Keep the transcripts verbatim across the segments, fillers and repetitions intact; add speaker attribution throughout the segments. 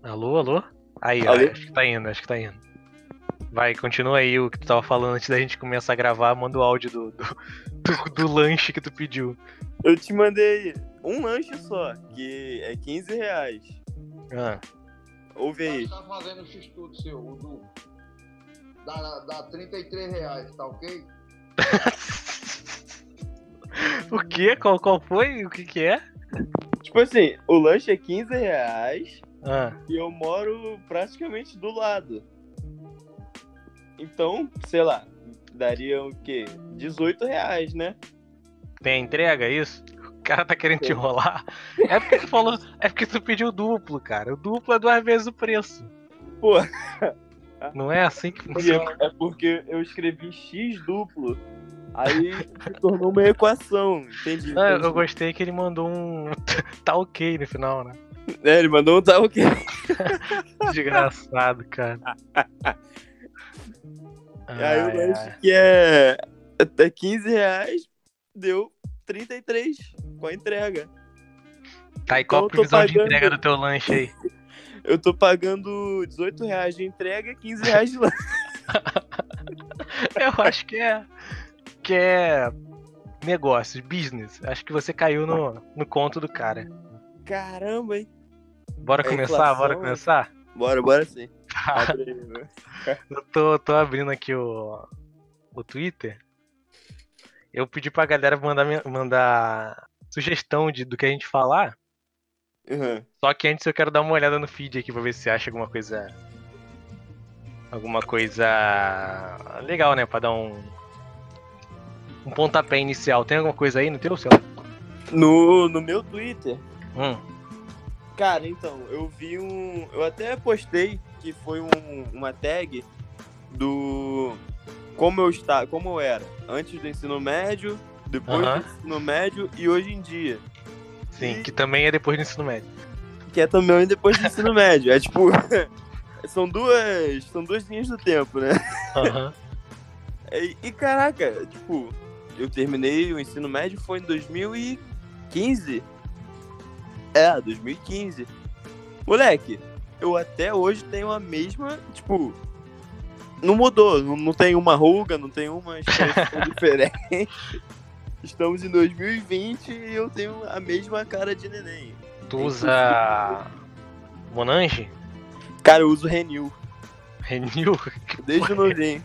Speaker 1: Alô, alô? Aí, ó,
Speaker 2: Alô?
Speaker 1: acho que tá indo, acho que tá indo. Vai, continua aí o que tu tava falando antes da gente começar a gravar, manda o áudio do, do, do, do lanche que tu pediu.
Speaker 2: Eu te mandei um lanche só, que é quinze reais.
Speaker 1: Ah.
Speaker 2: Ouve aí.
Speaker 3: Tá fazendo o X-Tudo seu, o Du. Dá, dá trinta e três reais, tá ok?
Speaker 1: O que? Qual, qual foi? O que que é?
Speaker 2: Tipo assim, o lanche é quinze reais
Speaker 1: Ah.
Speaker 2: e eu moro praticamente do lado. Então, sei lá, daria o quê? dezoito reais, né?
Speaker 1: Tem a entrega, é isso? O cara tá querendo te enrolar. É porque tu falou. É porque tu pediu duplo, cara. O duplo é duas vezes o preço.
Speaker 2: Pô,
Speaker 1: Não é assim que funciona.
Speaker 2: é porque eu escrevi X duplo. Aí se tornou uma equação, entendi.
Speaker 1: Não,
Speaker 2: entendi.
Speaker 1: eu gostei que ele mandou um. Tá ok no final, né?
Speaker 2: É, ele mandou um tá ok.
Speaker 1: Desgraçado, cara.
Speaker 2: E aí o
Speaker 1: Ai,
Speaker 2: lanche
Speaker 1: ai.
Speaker 2: que é até quinze reais deu trinta e três com a entrega.
Speaker 1: Tá, e qual a
Speaker 2: Então eu tô
Speaker 1: previsão de
Speaker 2: pagando-
Speaker 1: entrega do teu lanche aí?
Speaker 2: Eu tô pagando dezoito reais de entrega e quinze reais de lanche.
Speaker 1: Eu acho que é. Que é. Negócios, business. Acho que você caiu no, no conto do cara.
Speaker 2: Caramba, hein?
Speaker 1: Bora
Speaker 2: É
Speaker 1: começar?
Speaker 2: inflação,
Speaker 1: Bora
Speaker 2: né?
Speaker 1: começar?
Speaker 2: Bora, bora sim.
Speaker 1: Tá.
Speaker 2: Abre aí, né?
Speaker 1: Eu tô, tô abrindo aqui o, o Twitter. Eu pedi pra galera mandar, me- mandar sugestão de, do que a gente falar.
Speaker 2: Uhum.
Speaker 1: Só que antes eu quero dar uma olhada no feed aqui pra ver se acha alguma coisa. Alguma coisa legal, né? Pra dar um. Um pontapé inicial. Tem alguma coisa aí no teu celular?
Speaker 2: No, no meu Twitter,
Speaker 1: Hum.
Speaker 2: cara, então, eu vi um. Eu até postei que foi um, uma tag do. Como eu está, como eu era antes do ensino médio, depois
Speaker 1: Aham.
Speaker 2: do ensino médio e hoje em dia.
Speaker 1: Sim,
Speaker 2: E-
Speaker 1: que também é depois do ensino médio.
Speaker 2: Que é também depois do ensino médio. É tipo. São duas. São duas linhas do tempo, né?
Speaker 1: Aham.
Speaker 2: E, e, caraca, tipo, eu terminei o ensino médio foi em dois mil e quinze. É, dois mil e quinze. Moleque, eu até hoje tenho a mesma, tipo, não mudou, não, não tem uma ruga, não tem uma expressão diferente. Estamos em dois mil e vinte e eu tenho a mesma cara de neném.
Speaker 1: Tu usa. Monange?
Speaker 2: Cara, eu uso Renew,
Speaker 1: Renew?
Speaker 2: desde novinho.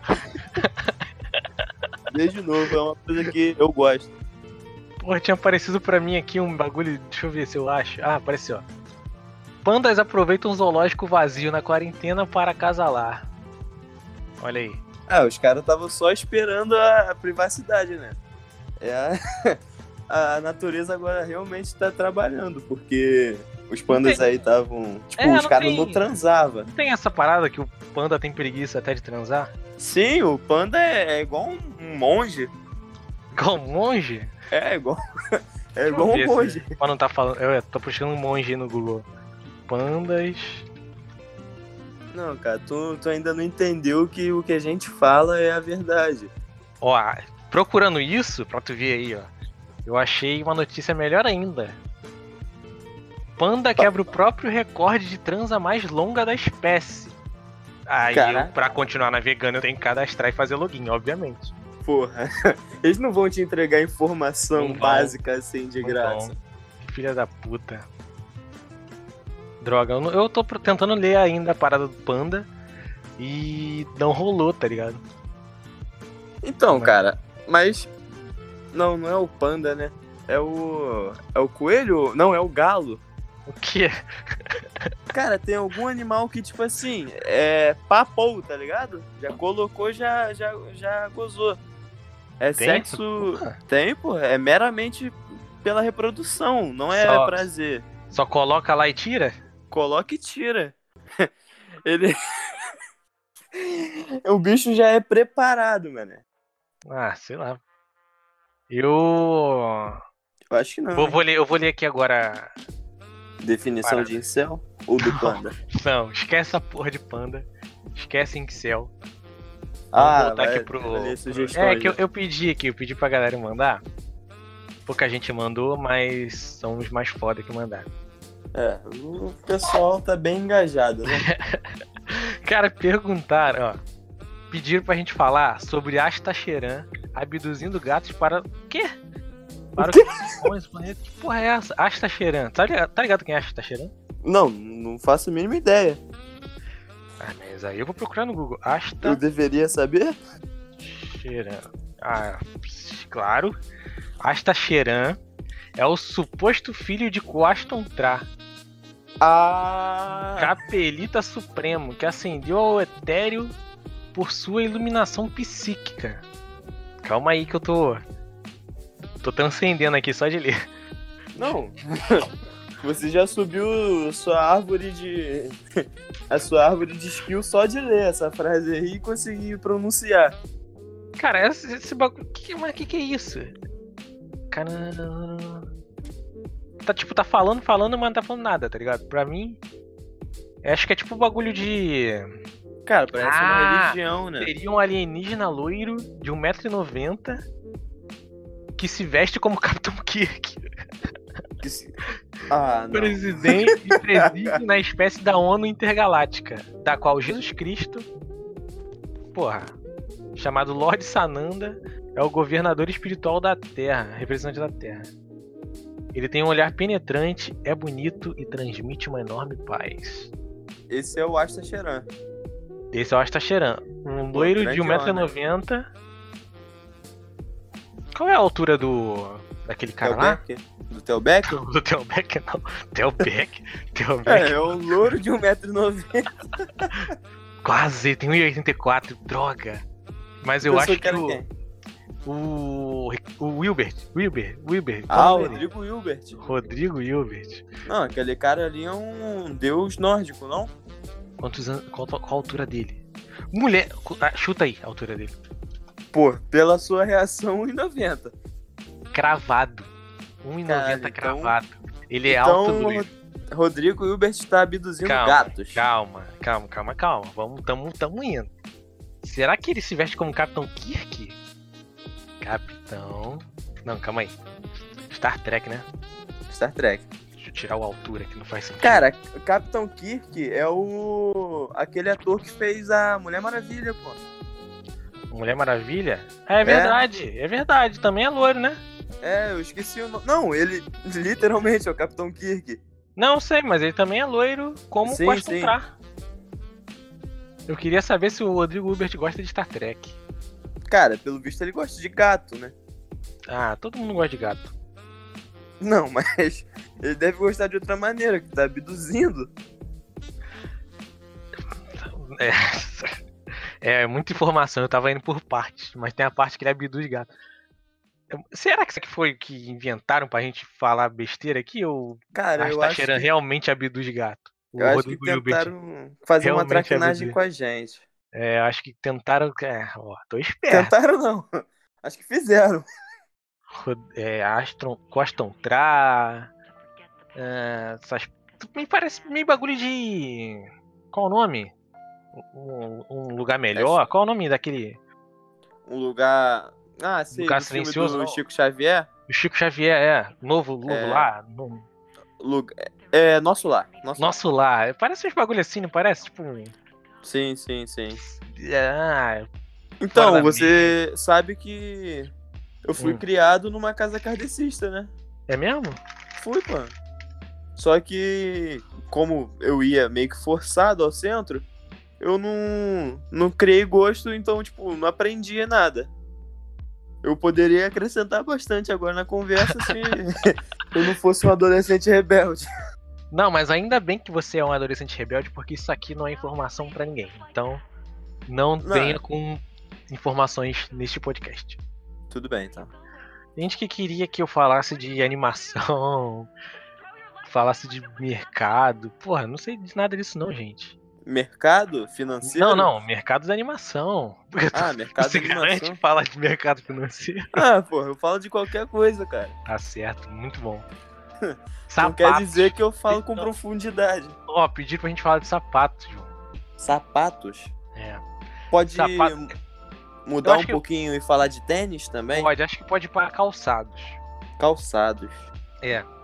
Speaker 2: Desde novo, é uma coisa que eu gosto.
Speaker 1: Porra, tinha aparecido pra mim aqui um bagulho. Deixa eu ver se eu acho. Ah, apareceu. Pandas aproveitam um zoológico vazio na quarentena para acasalar. Olha aí.
Speaker 2: Ah, os caras estavam só esperando a, a privacidade, né? É a, a natureza agora realmente tá trabalhando, porque os pandas
Speaker 1: Não tem-
Speaker 2: aí estavam. Tipo,
Speaker 1: É,
Speaker 2: os
Speaker 1: não
Speaker 2: caras
Speaker 1: tem-
Speaker 2: não transavam.
Speaker 1: Não tem essa parada que o panda tem preguiça até de transar?
Speaker 2: Sim, o panda é, é igual um, um monge.
Speaker 1: Igual um monge?
Speaker 2: É igual. É
Speaker 1: Deixa eu
Speaker 2: igual um
Speaker 1: ver
Speaker 2: monge.
Speaker 1: se- Mas não tá falando. Eu tô puxando um monge no Google. Pandas.
Speaker 2: Não, cara, tu, tu ainda não entendeu que o que a gente fala é a verdade.
Speaker 1: Ó, procurando isso, pra tu ver aí, ó. Eu achei uma notícia melhor ainda. Panda quebra o próprio recorde de transa mais longa da espécie. Aí, eu,
Speaker 2: Caraca.
Speaker 1: pra continuar navegando, eu tenho que cadastrar e fazer login, obviamente.
Speaker 2: Porra. Eles não vão te entregar informação
Speaker 1: Não vão.
Speaker 2: básica assim de
Speaker 1: Não
Speaker 2: graça.
Speaker 1: vão. Que filha da puta. Droga, eu, não- eu tô pro- tentando ler ainda a parada do panda e não rolou, tá ligado?
Speaker 2: Então,
Speaker 1: Mas-
Speaker 2: cara, mas. Não, não é o panda, né? É o. É o coelho? Não, é o galo.
Speaker 1: O quê?
Speaker 2: Cara, tem algum animal que, tipo assim, é papou, tá ligado? Já colocou, já, já, já gozou. É
Speaker 1: Tem?
Speaker 2: sexo.
Speaker 1: Porra.
Speaker 2: Tem, pô. É meramente pela reprodução, não é
Speaker 1: Só-
Speaker 2: prazer.
Speaker 1: Só coloca lá e tira?
Speaker 2: Coloca e tira. Ele. O bicho já é preparado, mano.
Speaker 1: Ah, sei lá. Eu.
Speaker 2: Eu acho que não.
Speaker 1: Vou,
Speaker 2: hein?
Speaker 1: vou ler, eu vou ler aqui agora.
Speaker 2: Definição
Speaker 1: Parada.
Speaker 2: de incel ou do panda?
Speaker 1: Não, esquece essa porra de panda. Esquece Incel.
Speaker 2: Ah,
Speaker 1: voltar
Speaker 2: vai,
Speaker 1: aqui pro-
Speaker 2: vai ler sugestões.
Speaker 1: É que eu, eu pedi aqui, eu pedi pra galera mandar. Pouca gente mandou, mas são os mais foda que mandaram.
Speaker 2: É, o pessoal tá bem engajado, né?
Speaker 1: Cara, perguntaram, ó. Pediram pra gente falar sobre Asta Cheran abduzindo gatos para. O quê? Para o que? Que porra é essa? Asta Cheran. Tá ligado, tá ligado quem é Asta Cheran?
Speaker 2: Não, não faço a mínima ideia.
Speaker 1: Ah, mas aí eu vou procurar no Google. Asta
Speaker 2: Eu deveria saber?
Speaker 1: Cheran. Ah, claro. Asta Cheran é o suposto filho de Quaston Tra,
Speaker 2: Ah!
Speaker 1: Capelita Supremo, que ascendeu ao etéreo por sua iluminação psíquica. Calma aí que eu tô. Tô transcendendo aqui só de ler.
Speaker 2: Não. Você já subiu sua árvore de. a sua árvore de skill só de ler essa frase aí e conseguir pronunciar.
Speaker 1: Cara, esse, esse bagulho. Que, mas que que é isso? Caramba. Tá tipo, tá falando, falando, mas não tá falando nada, tá ligado? Pra mim. Eu acho que é tipo um bagulho de.
Speaker 2: Cara, parece
Speaker 1: Ah,
Speaker 2: uma religião, né?
Speaker 1: Seria um alienígena loiro de um metro e noventa que se veste como Capitão Kirk.
Speaker 2: Que se- Ah, não.
Speaker 1: Presidente e preside na espécie da ONU Intergaláctica, da qual Jesus Cristo, porra, chamado Lord Sananda, é o governador espiritual da Terra, representante da Terra. Ele tem um olhar penetrante, é bonito e transmite uma enorme paz.
Speaker 2: Esse é o Asta Cheran.
Speaker 1: Esse é o Asta Cheran, um
Speaker 2: Pô,
Speaker 1: loiro
Speaker 2: grande
Speaker 1: de um metro e
Speaker 2: homem.
Speaker 1: noventa. Qual é a altura do daquele cara
Speaker 2: Theo
Speaker 1: lá?
Speaker 2: Becker? Do Theo Becker?
Speaker 1: Do Theo Becker, não. Theo Becker. Theo
Speaker 2: É,
Speaker 1: Becker.
Speaker 2: é um louro de um metro e noventa.
Speaker 1: Quase, tem um e oitenta e quatro, droga. Mas eu acho que o,
Speaker 2: Quem?
Speaker 1: o. O Wilbert. Wilbert. Wilbert.
Speaker 2: Ah,
Speaker 1: qual
Speaker 2: o
Speaker 1: é ele?
Speaker 2: Rodrigo Hilbert.
Speaker 1: Rodrigo Wilbert.
Speaker 2: Não, aquele cara ali é um deus nórdico, não?
Speaker 1: Quantos anos. Qual, qual a altura dele? Mulher. ah, Chuta aí a altura dele.
Speaker 2: Pô, pela sua reação, um e noventa.
Speaker 1: Cravado. um e noventa
Speaker 2: Caralho, então-
Speaker 1: cravado. Ele é
Speaker 2: então,
Speaker 1: alto,
Speaker 2: o
Speaker 1: Luiz.
Speaker 2: Rod- Rodrigo Hilbert está abduzindo
Speaker 1: Calma,
Speaker 2: gatos.
Speaker 1: Calma, calma, calma, calma. Vamos, tamo, tamo indo. Será que ele se veste como Capitão Kirk? Capitão. Não, calma aí. Star Trek, né?
Speaker 2: Star Trek.
Speaker 1: Deixa eu tirar o altura que não faz sentido.
Speaker 2: Cara, o Capitão Kirk é o... aquele ator que fez a Mulher Maravilha, pô.
Speaker 1: Mulher Maravilha? É verdade, é verdade. Também é loiro, né?
Speaker 2: É, eu esqueci o nome. Não, ele literalmente é o Capitão Kirk.
Speaker 1: Não sei, mas ele também é loiro como
Speaker 2: Sim,
Speaker 1: Quaston
Speaker 2: sim.
Speaker 1: Tra. Eu queria saber se o Rodrigo Hilbert gosta de Star Trek.
Speaker 2: Cara, pelo visto ele gosta de gato, né?
Speaker 1: Ah, todo mundo gosta de gato.
Speaker 2: Não, mas ele deve gostar de outra maneira, que tá abduzindo.
Speaker 1: É, é muita informação, eu tava indo por partes, mas tem a parte que ele abduz gato. Será que isso aqui foi o que inventaram pra gente falar besteira aqui? Ou
Speaker 2: Cara,
Speaker 1: a
Speaker 2: eu
Speaker 1: Asta
Speaker 2: acho
Speaker 1: Cheran
Speaker 2: que,
Speaker 1: realmente abduz gato? O
Speaker 2: eu acho que
Speaker 1: Rodrigo Hilbert.
Speaker 2: tentaram fazer uma
Speaker 1: realmente
Speaker 2: traquinagem
Speaker 1: abduz.
Speaker 2: com a gente.
Speaker 1: É, acho que tentaram. É, ó, tô esperto.
Speaker 2: Tentaram não. Acho que fizeram.
Speaker 1: Rod- É, Astron, Quaston Tra. É, essas, me parece meio bagulho de. Qual o nome? Um, um lugar melhor? Qual o nome daquele.
Speaker 2: Um lugar... Ah, sim,
Speaker 1: Lugar
Speaker 2: do filme
Speaker 1: silencioso,
Speaker 2: do
Speaker 1: não?
Speaker 2: Chico Xavier.
Speaker 1: O Chico Xavier, é. Novo, novo
Speaker 2: É.
Speaker 1: lá. no-
Speaker 2: Lugar... É, Nosso Lar. Nosso Lar.
Speaker 1: Nosso lar. Parece uns bagulho assim, não parece? Tipo. um-
Speaker 2: Sim, sim, sim.
Speaker 1: Ah,
Speaker 2: Então,
Speaker 1: da
Speaker 2: você sabe que eu fui
Speaker 1: Hum.
Speaker 2: criado numa casa kardecista, né?
Speaker 1: é mesmo?
Speaker 2: Fui, pô. Só que, como eu ia meio que forçado ao centro, eu não, não criei gosto, então, tipo, não aprendi nada. Eu poderia acrescentar bastante agora na conversa se eu não fosse um adolescente rebelde.
Speaker 1: Não, mas ainda bem que você é um adolescente rebelde, porque isso aqui não é informação pra ninguém. Então, não,
Speaker 2: Não.
Speaker 1: venha com informações neste podcast.
Speaker 2: Tudo bem, então.
Speaker 1: Gente que queria que eu falasse de animação, falasse de mercado. Porra, não sei de nada disso não, gente.
Speaker 2: Mercado financeiro?
Speaker 1: Não, não, mercado da animação.
Speaker 2: Ah, mercado
Speaker 1: Você
Speaker 2: de
Speaker 1: garante
Speaker 2: animação.
Speaker 1: falar de mercado financeiro?
Speaker 2: Ah, pô, eu falo de qualquer coisa, cara.
Speaker 1: Tá certo, muito bom.
Speaker 2: Não quer
Speaker 1: Sapatos.
Speaker 2: dizer que eu falo com
Speaker 1: Não.
Speaker 2: profundidade.
Speaker 1: Ó, pediram pra gente falar de sapatos, João.
Speaker 2: Sapatos?
Speaker 1: É.
Speaker 2: Pode
Speaker 1: Sapato- Eu
Speaker 2: mudar
Speaker 1: acho
Speaker 2: um
Speaker 1: que-
Speaker 2: pouquinho e falar de tênis também?
Speaker 1: Pode, acho que pode ir para calçados.
Speaker 2: Calçados.
Speaker 1: É.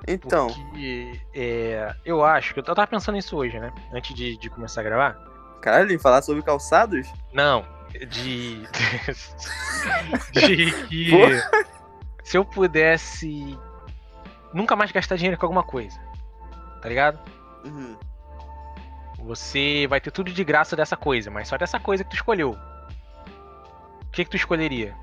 Speaker 2: Então,
Speaker 1: Porque é, eu acho que eu tava pensando nisso hoje, né? Antes de, de começar a gravar.
Speaker 2: caralho, falar sobre calçados?
Speaker 1: Não, de. de que
Speaker 2: Pô.
Speaker 1: se eu pudesse nunca mais gastar dinheiro com alguma coisa, tá ligado?
Speaker 2: Uhum.
Speaker 1: Você vai ter tudo de graça dessa coisa, mas só dessa coisa que tu escolheu. O que, que tu escolheria?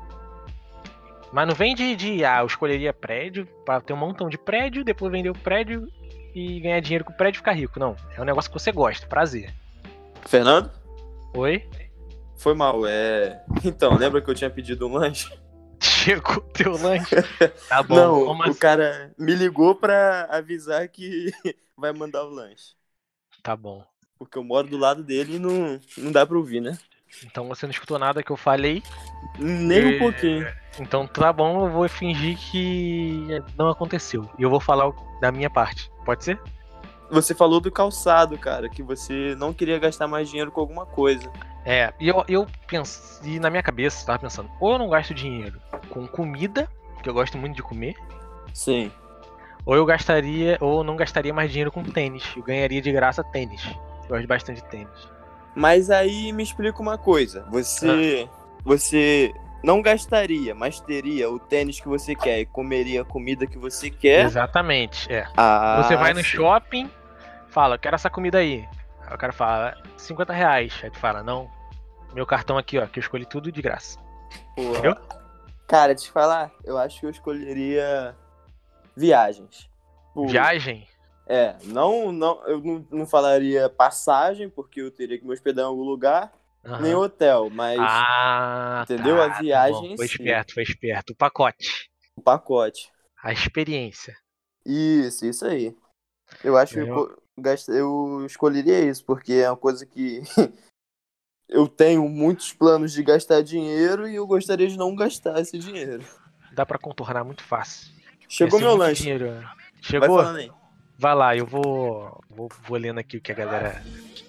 Speaker 1: Mas não vem de, de ah, eu escolheria prédio pra ter um montão de prédio, depois vender o prédio e ganhar dinheiro com o prédio e ficar rico. Não, é um negócio que você gosta, prazer.
Speaker 2: Fernando?
Speaker 1: Oi?
Speaker 2: Foi mal, é... Então, lembra que eu tinha pedido um lanche?
Speaker 1: Chegou teu lanche? Tá bom.
Speaker 2: Não,
Speaker 1: Como
Speaker 2: o
Speaker 1: assim?
Speaker 2: cara me ligou pra avisar que vai mandar o lanche.
Speaker 1: Tá bom.
Speaker 2: Porque eu moro do lado dele e não, não dá pra ouvir, né?
Speaker 1: Então você não escutou nada que eu falei.
Speaker 2: Nem um
Speaker 1: É,
Speaker 2: pouquinho.
Speaker 1: Então tá bom, eu vou fingir que não aconteceu. E eu vou falar o- da minha parte. Pode ser?
Speaker 2: Você falou do calçado, cara, que você não queria gastar mais dinheiro com alguma coisa.
Speaker 1: É, e eu, eu pensei, na minha cabeça, tava pensando, ou eu não gasto dinheiro com comida, que eu gosto muito de comer,
Speaker 2: Sim.
Speaker 1: ou eu gastaria, ou eu não gastaria mais dinheiro com tênis. Eu ganharia de graça tênis. Eu gosto bastante de tênis.
Speaker 2: Mas aí me explica uma coisa. Você, você não gastaria, mas teria o tênis que você quer e comeria a comida que você quer.
Speaker 1: Exatamente, é.
Speaker 2: Ah,
Speaker 1: Você vai no
Speaker 2: sim.
Speaker 1: shopping, fala, quero essa comida aí. Aí o cara fala, cinquenta reais. Aí tu fala, não, meu cartão aqui, ó, que eu escolhi tudo de graça.
Speaker 2: Porra.
Speaker 1: Entendeu?
Speaker 2: Cara, te falar, eu acho que eu escolheria viagens. Tipo,
Speaker 1: Viagem?
Speaker 2: É, não, não, eu não, não falaria passagem, porque eu teria que me hospedar em algum lugar,
Speaker 1: Aham.
Speaker 2: nem hotel, mas
Speaker 1: Ah,
Speaker 2: entendeu?
Speaker 1: tá,
Speaker 2: A viagem
Speaker 1: tá
Speaker 2: em
Speaker 1: bom. Foi
Speaker 2: si.
Speaker 1: esperto, foi esperto. O pacote,
Speaker 2: o pacote.
Speaker 1: a experiência.
Speaker 2: Isso, isso aí. Eu acho que eu,
Speaker 1: Eu-
Speaker 2: co- gast- eu escolheria isso, porque é uma coisa que eu tenho muitos planos de gastar dinheiro e eu gostaria de não gastar esse dinheiro.
Speaker 1: Dá pra contornar muito fácil.
Speaker 2: Chegou
Speaker 1: Ia ser
Speaker 2: meu
Speaker 1: muito
Speaker 2: lanche.
Speaker 1: dinheiro.
Speaker 2: Vai
Speaker 1: Chegou?
Speaker 2: falando aí.
Speaker 1: Vai lá, eu vou, vou. Vou lendo aqui o que a galera.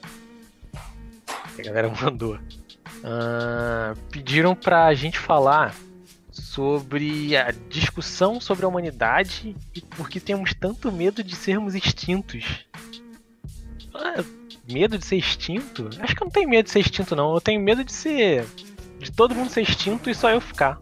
Speaker 1: que a galera mandou. Ah, pediram pra gente falar sobre a discussão sobre a humanidade e por que temos tanto medo de sermos extintos. Ah, medo de ser extinto? Acho que eu não tenho medo de ser extinto, não. Eu tenho medo de ser. de todo mundo ser extinto e só eu ficar.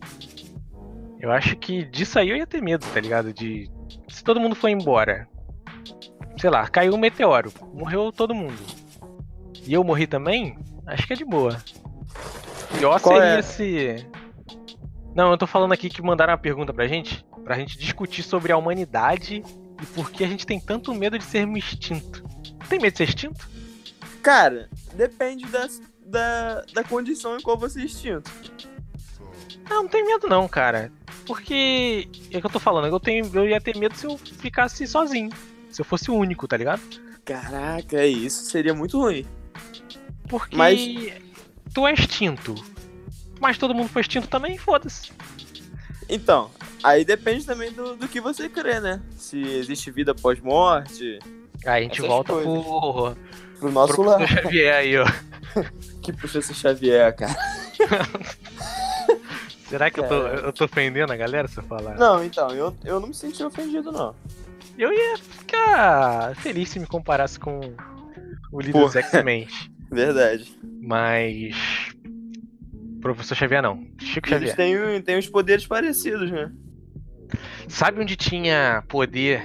Speaker 1: Eu acho que disso aí eu ia ter medo, tá ligado? De. Se todo mundo for embora. Sei lá, caiu um meteoro. Morreu todo mundo. E eu morri também? Acho que é de boa. Pior
Speaker 2: Qual
Speaker 1: seria
Speaker 2: é?
Speaker 1: se. Não, eu tô falando aqui que mandaram uma pergunta pra gente. Pra gente discutir sobre a humanidade e por que a gente tem tanto medo de sermos extintos. Tem medo de ser extinto?
Speaker 2: Cara, depende da, da, da condição em qual você é extinto.
Speaker 1: Não, não tenho medo não, cara. Porque é o que eu tô falando, eu, tenho, eu ia ter medo se eu ficasse sozinho. Se eu fosse o único, tá ligado?
Speaker 2: Caraca, isso seria muito ruim.
Speaker 1: Porque
Speaker 2: Mas-
Speaker 1: tu é extinto. Mas todo mundo foi extinto também, foda-se.
Speaker 2: Então, aí depende também do, do que você crê, né? Se existe vida após morte,
Speaker 1: Aí a gente
Speaker 2: Essas
Speaker 1: volta
Speaker 2: coisas.
Speaker 1: pro,
Speaker 2: pro nosso
Speaker 1: pro
Speaker 2: lado.
Speaker 1: professor Xavier aí, ó.
Speaker 2: Que professor Xavier, cara.
Speaker 1: Será que eu tô,
Speaker 2: Cara.
Speaker 1: eu tô ofendendo a galera se eu falar?
Speaker 2: Não, então, eu, eu não me senti ofendido, não.
Speaker 1: Eu ia ficar feliz se me comparasse com o líder
Speaker 2: Pô.
Speaker 1: dos X-Men.
Speaker 2: Verdade.
Speaker 1: Mas. Professor Xavier não. Chico
Speaker 2: Eles
Speaker 1: Xavier.
Speaker 2: têm, têm os poderes parecidos, né?
Speaker 1: Sabe onde tinha poder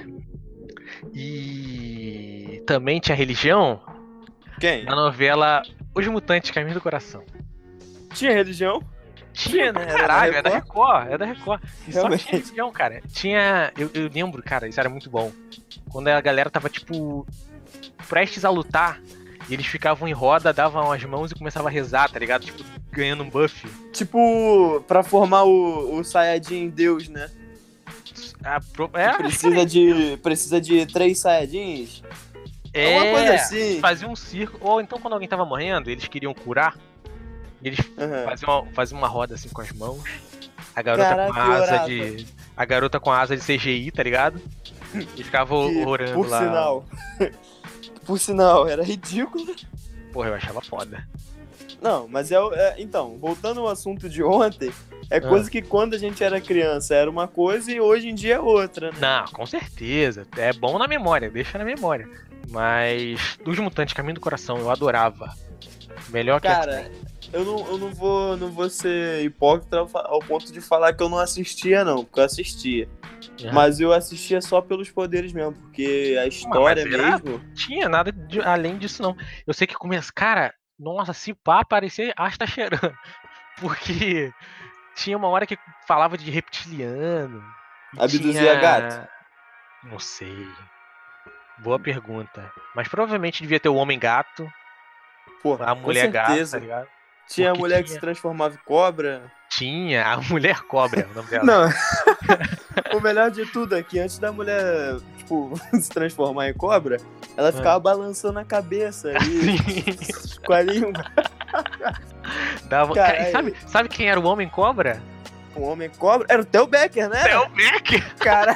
Speaker 1: e também tinha religião?
Speaker 2: Quem?
Speaker 1: Na novela Os Mutantes Caminho do Coração.
Speaker 2: Tinha religião? Tinha, né? Era da
Speaker 1: Caralho, é da
Speaker 2: Record?
Speaker 1: Record, é da Record. E só
Speaker 2: Realmente.
Speaker 1: tinha religião, cara. Tinha. Eu, eu lembro, cara, isso era muito bom. Quando a galera tava, tipo, prestes a lutar, e eles ficavam em roda, davam as mãos e começavam a rezar, tá ligado? Tipo, ganhando um buff.
Speaker 2: Tipo, pra formar o, o Saiyajin Deus, né?
Speaker 1: Ah, pro... É,
Speaker 2: Precisa de, precisa de três Saiyajins.
Speaker 1: é,
Speaker 2: Alguma coisa assim.
Speaker 1: Fazia um círculo. Ou então quando alguém tava morrendo, eles queriam curar. Eles
Speaker 2: Aham.
Speaker 1: faziam uma, faziam uma roda assim com as mãos. A garota
Speaker 2: Caraca,
Speaker 1: com a
Speaker 2: que
Speaker 1: asa
Speaker 2: orava.
Speaker 1: de. A garota com a asa de C G I, tá ligado? E ficava
Speaker 2: Que,
Speaker 1: orando
Speaker 2: por
Speaker 1: lá.
Speaker 2: sinal. Por sinal, era ridículo.
Speaker 1: Porra, eu achava foda.
Speaker 2: Não, mas é, o- é. Então, voltando ao assunto de ontem, é coisa que quando a gente era criança era uma coisa e hoje em dia é outra, né?
Speaker 1: Não, com certeza. É bom na memória, deixa na memória. Mas dos Mutantes Caminho do Coração, eu adorava. Melhor que
Speaker 2: Cara,
Speaker 1: X-Men.
Speaker 2: eu não, eu não vou, não vou ser hipócrita ao, fa- ao ponto de falar que eu não assistia, não, porque eu assistia.
Speaker 1: Ah.
Speaker 2: Mas eu assistia só pelos poderes mesmo, porque a história
Speaker 1: mas era-
Speaker 2: mesmo.
Speaker 1: Tinha nada de- além disso, não. Eu sei que começa. Cara, nossa, se pá, parecia Asta cheirando. Porque tinha uma hora que falava de reptiliano. e
Speaker 2: Abduzia
Speaker 1: tinha-
Speaker 2: gato?
Speaker 1: Não sei. Boa pergunta. Mas provavelmente devia ter o Homem Gato,
Speaker 2: Pô,
Speaker 1: a
Speaker 2: com
Speaker 1: Mulher Gato, tá
Speaker 2: certeza.
Speaker 1: ligado?
Speaker 2: Tinha a
Speaker 1: Porque
Speaker 2: mulher que
Speaker 1: tinha-
Speaker 2: se transformava em cobra.
Speaker 1: Tinha a Mulher Cobra, o nome dela.
Speaker 2: Não. O melhor de tudo é que antes da mulher, tipo, se transformar em cobra, ela ficava balançando a cabeça e com a língua.
Speaker 1: Dava... Cara, e
Speaker 2: Caralho.
Speaker 1: sabe, sabe quem era o Homem Cobra?
Speaker 2: O homem cobra. Era o Theo Becker, né?
Speaker 1: Theo Beck!
Speaker 2: Cara.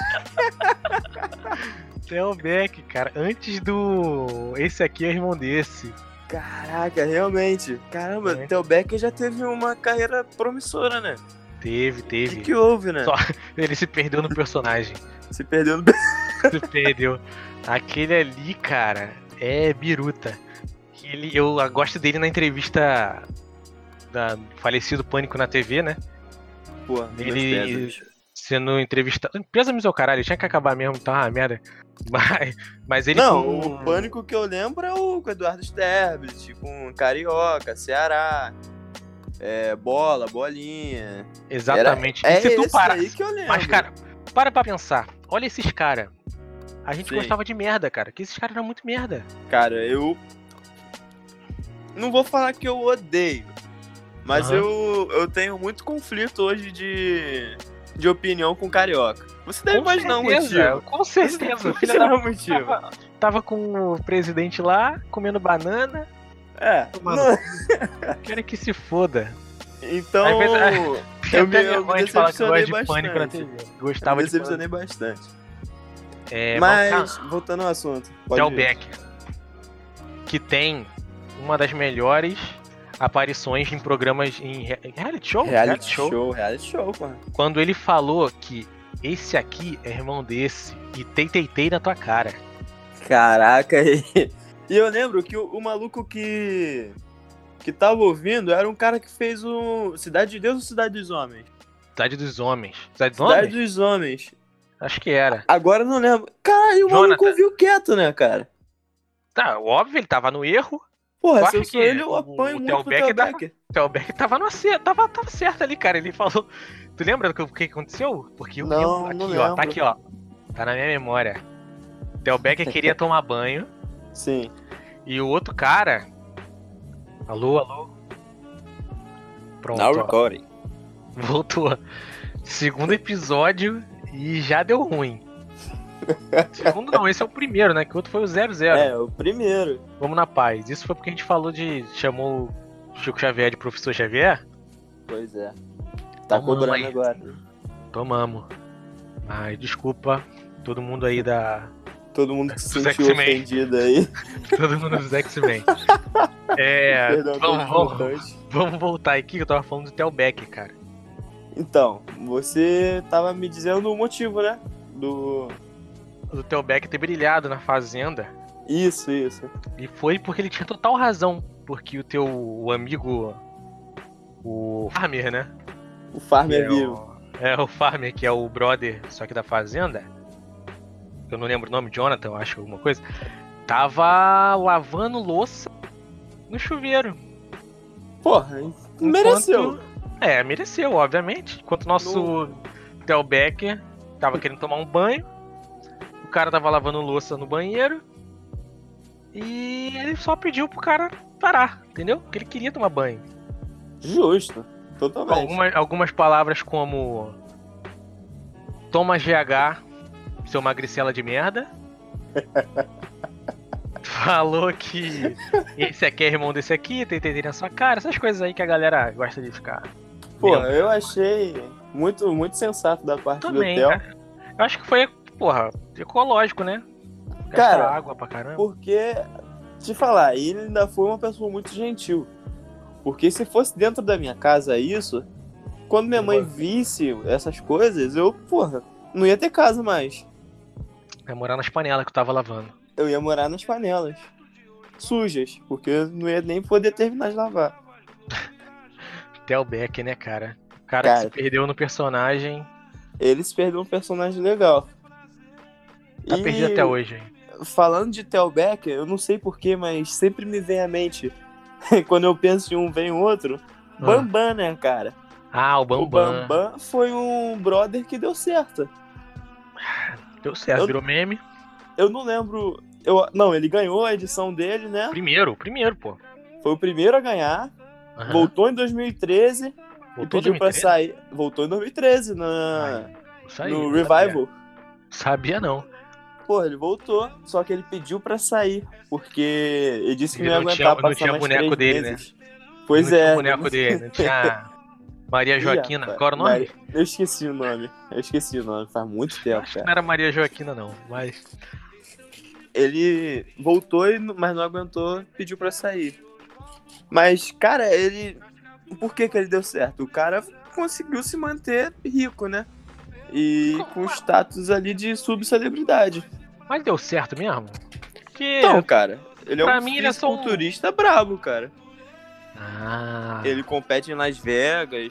Speaker 1: Theo Beck, cara. Antes do. Esse aqui é irmão desse.
Speaker 2: Caraca, realmente. Caramba,
Speaker 1: É.
Speaker 2: o Theo Becker já teve uma carreira promissora, né?
Speaker 1: Teve,
Speaker 2: O que,
Speaker 1: teve.
Speaker 2: que houve, né?
Speaker 1: Só- Ele se perdeu no personagem.
Speaker 2: Se perdeu no.
Speaker 1: Se perdeu. Aquele ali, cara, é biruta. Ele, eu gosto dele na entrevista da falecido Pânico na T V, né?
Speaker 2: Pô,
Speaker 1: Ele-
Speaker 2: meus pésames.
Speaker 1: Sendo entrevistado. Pesa-me o caralho, tinha que acabar mesmo, tá uma merda. Mas, mas ele.
Speaker 2: Não,
Speaker 1: com-
Speaker 2: o pânico que eu lembro é o com o Eduardo Sterblit, com Carioca, Ceará, é, bola, bolinha.
Speaker 1: Exatamente.
Speaker 2: É
Speaker 1: E se tu
Speaker 2: esse
Speaker 1: parar.
Speaker 2: aí que eu lembro.
Speaker 1: Mas, cara, para pra pensar. Olha esses caras. A gente
Speaker 2: Sim.
Speaker 1: gostava de merda, cara. Que esses caras eram muito merda.
Speaker 2: Cara, eu. Não vou falar que eu odeio, mas
Speaker 1: Aham.
Speaker 2: eu, eu tenho muito conflito hoje de, de opinião com Carioca. Você deve
Speaker 1: Com
Speaker 2: imaginar um
Speaker 1: certeza,
Speaker 2: motivo.
Speaker 1: Com certeza.
Speaker 2: Você
Speaker 1: Filha
Speaker 2: deve
Speaker 1: da
Speaker 2: imaginar um motivo.
Speaker 1: tava, tava com o presidente lá, comendo banana.
Speaker 2: É,
Speaker 1: Mano,
Speaker 2: não-
Speaker 1: Quero que se foda.
Speaker 2: então.
Speaker 1: Às vezes- Tem
Speaker 2: Eu
Speaker 1: até
Speaker 2: me- eu me
Speaker 1: vergonha de falar que gosta
Speaker 2: decepcionei
Speaker 1: de Pânico na
Speaker 2: bastante.
Speaker 1: T V.
Speaker 2: Eu
Speaker 1: Gostava
Speaker 2: me
Speaker 1: de
Speaker 2: decepcionei bastante.
Speaker 1: É,
Speaker 2: Mas, voltando ao assunto. Pode
Speaker 1: Theo
Speaker 2: ir.
Speaker 1: Beck, que tem uma das melhores aparições em programas em re- reality show?
Speaker 2: Reality show, reality show, pô.
Speaker 1: Quando ele falou que esse aqui é irmão desse e tei tei tei na tua cara.
Speaker 2: Caraca, e, e eu lembro que o, o maluco que que tava ouvindo era um cara que fez o Cidade de Deus ou Cidade dos Homens?
Speaker 1: Cidade dos Homens. Cidade dos
Speaker 2: Cidade
Speaker 1: Homens?
Speaker 2: dos Homens.
Speaker 1: Acho que era.
Speaker 2: Agora eu não lembro. Caralho, o maluco
Speaker 1: Jonathan.
Speaker 2: ouviu quieto, né, cara?
Speaker 1: Tá, óbvio, ele tava no erro.
Speaker 2: Porra,
Speaker 1: Eu
Speaker 2: se eu
Speaker 1: acho
Speaker 2: sou
Speaker 1: que
Speaker 2: ele, eu
Speaker 1: o-
Speaker 2: apanho
Speaker 1: o
Speaker 2: muito
Speaker 1: Theo
Speaker 2: pro
Speaker 1: Becker
Speaker 2: Theo
Speaker 1: tá-
Speaker 2: Becker.
Speaker 1: O Theo Beck tava, no acer- tava, tava certo ali, cara. Ele falou. Tu lembra do que, o que aconteceu? Porque eu
Speaker 2: Não,
Speaker 1: lembro.
Speaker 2: não
Speaker 1: Aqui, ó.
Speaker 2: lembro.
Speaker 1: Tá aqui, ó. Tá na minha memória. O Theo Becker queria tomar banho.
Speaker 2: Sim.
Speaker 1: E o outro cara. Alô, alô. Pronto.
Speaker 2: Now
Speaker 1: ó.
Speaker 2: recording.
Speaker 1: Voltou. Segundo episódio e já deu ruim. Segundo não, esse é o primeiro, né? Que o outro foi o zero zero.
Speaker 2: É, o primeiro.
Speaker 1: Vamos na paz. Isso foi porque a gente falou de. Chamou o Chico Xavier de Professor Xavier?
Speaker 2: Pois é. Tá
Speaker 1: Tomamos
Speaker 2: cobrando
Speaker 1: aí.
Speaker 2: agora.
Speaker 1: Tomamos. Mas desculpa, todo mundo aí da.
Speaker 2: Todo mundo que se
Speaker 1: Dos
Speaker 2: sentiu
Speaker 1: X-Men.
Speaker 2: ofendido aí.
Speaker 1: Todo mundo dos X-Men. É.
Speaker 2: Perdão,
Speaker 1: Vamos,
Speaker 2: todos
Speaker 1: vamos,
Speaker 2: importantes.
Speaker 1: vamos voltar aqui que eu tava falando do Theo Beck, cara.
Speaker 2: Então, você tava me dizendo o motivo, né? Do.
Speaker 1: Do Theo Beck ter brilhado na Fazenda.
Speaker 2: Isso, isso.
Speaker 1: E foi porque ele tinha total razão. Porque o teu o amigo. O Farmer, né?
Speaker 2: O Farmer
Speaker 1: Que é
Speaker 2: vivo.
Speaker 1: o- É o Farmer, que é o brother, só que da Fazenda. Eu não lembro o nome, Jonathan, eu acho, alguma coisa. Tava lavando louça no chuveiro.
Speaker 2: Porra, mereceu.
Speaker 1: É, mereceu, obviamente. Enquanto o nosso Theo Becker tava querendo tomar um banho. O cara tava lavando louça no banheiro. E ele só pediu pro cara parar, entendeu? Porque ele queria tomar banho.
Speaker 2: Justo. Totalmente.
Speaker 1: Algumas, algumas palavras como toma G H, seu magricela de merda. Falou que esse aqui é irmão desse aqui, tem tem na sua cara, essas coisas aí que a galera gosta de ficar.
Speaker 2: Pô,
Speaker 1: vendo.
Speaker 2: eu achei muito, muito sensato da parte
Speaker 1: Também,
Speaker 2: do Theo.
Speaker 1: cara. Eu acho que foi, porra, ecológico, né? Gastar
Speaker 2: Cara,
Speaker 1: água pra caramba.
Speaker 2: Porque, te falar, ele ainda foi uma pessoa muito gentil. Porque se fosse dentro da minha casa isso, quando minha mãe visse essas coisas, eu, porra, não ia ter casa mais.
Speaker 1: Ia morar nas panelas que eu tava lavando.
Speaker 2: Eu ia morar nas panelas. Sujas, porque eu não ia nem poder terminar de lavar.
Speaker 1: Theo Becker, né, cara? O cara,
Speaker 2: Cara,
Speaker 1: que se perdeu no personagem.
Speaker 2: Ele se perdeu um personagem legal.
Speaker 1: Tá
Speaker 2: E
Speaker 1: perdido até hoje.
Speaker 2: falando de Theo Becker, eu não sei porquê, mas sempre me vem à mente, quando eu penso em um, vem o outro,
Speaker 1: Ah.
Speaker 2: Bambam, né, cara?
Speaker 1: Ah, o Bambam.
Speaker 2: O Bambam foi um brother que deu certo.
Speaker 1: Deu certo,
Speaker 2: Eu-
Speaker 1: virou meme.
Speaker 2: Eu não lembro... Eu, não, ele ganhou a edição dele, né?
Speaker 1: Primeiro, primeiro, pô.
Speaker 2: Foi o primeiro a ganhar.
Speaker 1: Aham.
Speaker 2: Voltou em dois mil e treze e
Speaker 1: Voltou
Speaker 2: pediu
Speaker 1: em
Speaker 2: pra
Speaker 1: dois mil e treze?
Speaker 2: sair. Voltou em dois mil e treze na,
Speaker 1: Isso aí,
Speaker 2: no
Speaker 1: não
Speaker 2: Revival.
Speaker 1: Sabia. Sabia não.
Speaker 2: Pô, ele voltou, só que ele pediu pra sair, porque ele disse que
Speaker 1: Ele
Speaker 2: não ia
Speaker 1: não
Speaker 2: aguentar
Speaker 1: tinha- não
Speaker 2: passar
Speaker 1: tinha
Speaker 2: mais
Speaker 1: boneco
Speaker 2: três
Speaker 1: dele,
Speaker 2: meses. Pois
Speaker 1: não
Speaker 2: é.
Speaker 1: tinha o boneco dele, não tinha Maria
Speaker 2: Ih,
Speaker 1: Joaquina.
Speaker 2: rapaz,
Speaker 1: Qual era o nome?
Speaker 2: Maria- Eu esqueci o nome. Eu esqueci o nome, faz muito tempo,
Speaker 1: Acho que
Speaker 2: cara.
Speaker 1: não era Maria Joaquina, não. Mas.
Speaker 2: Ele voltou, e- mas não aguentou, pediu pra sair. Mas, cara, ele... Por que que ele deu certo? O cara conseguiu se manter rico, né? E com status ali de subcelebridade.
Speaker 1: Mas deu certo mesmo? Porque.
Speaker 2: Então, cara, ele é
Speaker 1: pra
Speaker 2: um
Speaker 1: mim ele é só um-
Speaker 2: fisiculturista brabo, cara.
Speaker 1: Ah.
Speaker 2: Ele compete em Las Vegas.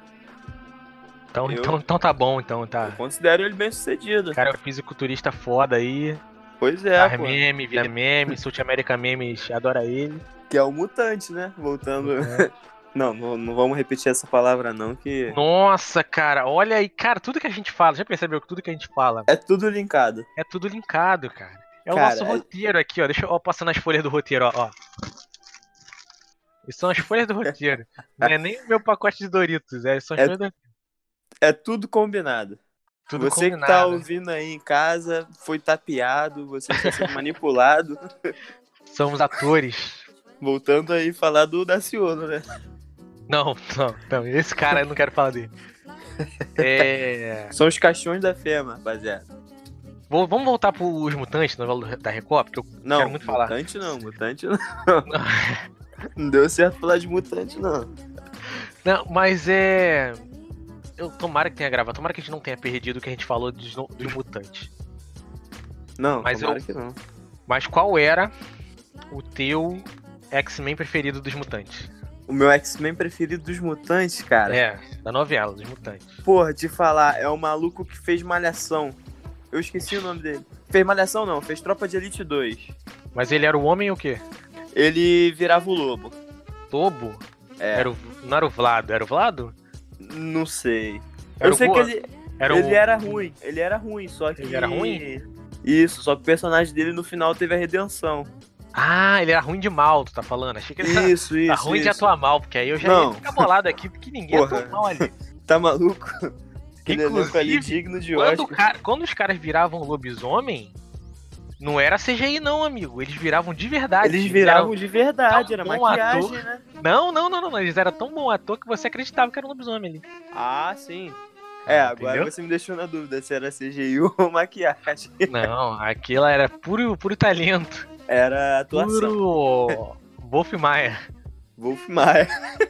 Speaker 1: Então,
Speaker 2: eu-
Speaker 1: então, então tá bom, então
Speaker 2: Eu
Speaker 1: tá.
Speaker 2: considero ele bem sucedido.
Speaker 1: O cara é um fisiculturista foda aí.
Speaker 2: Pois é,
Speaker 1: Faz
Speaker 2: pô.
Speaker 1: meme, vira meme, South America Memes adora ele.
Speaker 2: Que é o mutante, né? Voltando.
Speaker 1: É.
Speaker 2: Não, não, não vamos repetir essa palavra, não, que
Speaker 1: Nossa, cara, olha aí, cara, tudo que a gente fala, já percebeu que tudo que a gente fala
Speaker 2: é tudo linkado.
Speaker 1: é tudo linkado, cara. É o
Speaker 2: Cara,
Speaker 1: nosso
Speaker 2: é-
Speaker 1: roteiro aqui, ó. Deixa eu ó, passar nas folhas do roteiro, ó. ó. Isso são as folhas do roteiro. Não é nem o meu pacote de Doritos, é, são as
Speaker 2: É
Speaker 1: folhas do
Speaker 2: É tudo combinado.
Speaker 1: tudo
Speaker 2: você
Speaker 1: combinado.
Speaker 2: que tá ouvindo aí em casa, foi tapeado, você está sendo manipulado.
Speaker 1: Somos atores.
Speaker 2: Voltando aí falar do Daciolo, né?
Speaker 1: Não, não, não. Esse cara eu não quero falar dele. É.
Speaker 2: São os caixões da Fema, rapaziada.
Speaker 1: Vou- vamos voltar pros mutantes, novela da Record, porque eu
Speaker 2: Não,
Speaker 1: quero muito falar.
Speaker 2: mutante não, mutante não. Não deu certo falar de mutante, não.
Speaker 1: Não, mas é. Eu tomara que tenha gravado, tomara que a gente não tenha perdido o que a gente falou dos, no- dos mutantes.
Speaker 2: Não,
Speaker 1: Mas
Speaker 2: tomara
Speaker 1: eu-
Speaker 2: que não.
Speaker 1: Mas qual era o teu X-Men preferido dos mutantes?
Speaker 2: O meu X-Men preferido dos mutantes, cara.
Speaker 1: É, da novela, dos mutantes.
Speaker 2: Porra, te falar, é o maluco que fez Malhação. Eu esqueci o nome dele. Fez Malhação não, fez Tropa de Elite dois.
Speaker 1: Mas ele era o homem ou o quê?
Speaker 2: Ele virava o lobo.
Speaker 1: Lobo?
Speaker 2: É,
Speaker 1: Era o... Não era o Vlado, era o Vlado?
Speaker 2: não sei.
Speaker 1: Era
Speaker 2: Eu
Speaker 1: o
Speaker 2: sei que
Speaker 1: Boa-
Speaker 2: ele,
Speaker 1: Era
Speaker 2: ele
Speaker 1: o...
Speaker 2: era ruim. Ele era ruim, só que...
Speaker 1: Ele era ruim?
Speaker 2: Isso, só que o personagem dele no final teve a redenção.
Speaker 1: Ah, ele era ruim de mal, tu tá falando? Achei que ele era
Speaker 2: Isso, isso,
Speaker 1: era ruim de
Speaker 2: isso.
Speaker 1: atuar mal, porque aí eu já
Speaker 2: Não.
Speaker 1: ia ficar bolado aqui, porque ninguém
Speaker 2: Porra.
Speaker 1: atua mal ali.
Speaker 2: Tá maluco? Ele é louco ali
Speaker 1: Inclusive,
Speaker 2: digno de
Speaker 1: Quando, o
Speaker 2: Oscar.
Speaker 1: cara- quando os caras viravam lobisomem, não era C G I não, amigo. Eles viravam de verdade.
Speaker 2: Eles viravam
Speaker 1: eram-
Speaker 2: de verdade, era
Speaker 1: tão bom
Speaker 2: maquiagem,
Speaker 1: ator.
Speaker 2: né?
Speaker 1: Não, não, não, não, não. Eles eram tão bom ator que você acreditava que era um lobisomem ali.
Speaker 2: Ah, sim. É, agora
Speaker 1: Entendeu?
Speaker 2: você me deixou na dúvida se era C G I ou maquiagem.
Speaker 1: Não, aquilo era puro, puro talento.
Speaker 2: Era atuação.
Speaker 1: Puro Wolf Maia.
Speaker 2: Wolf Maia.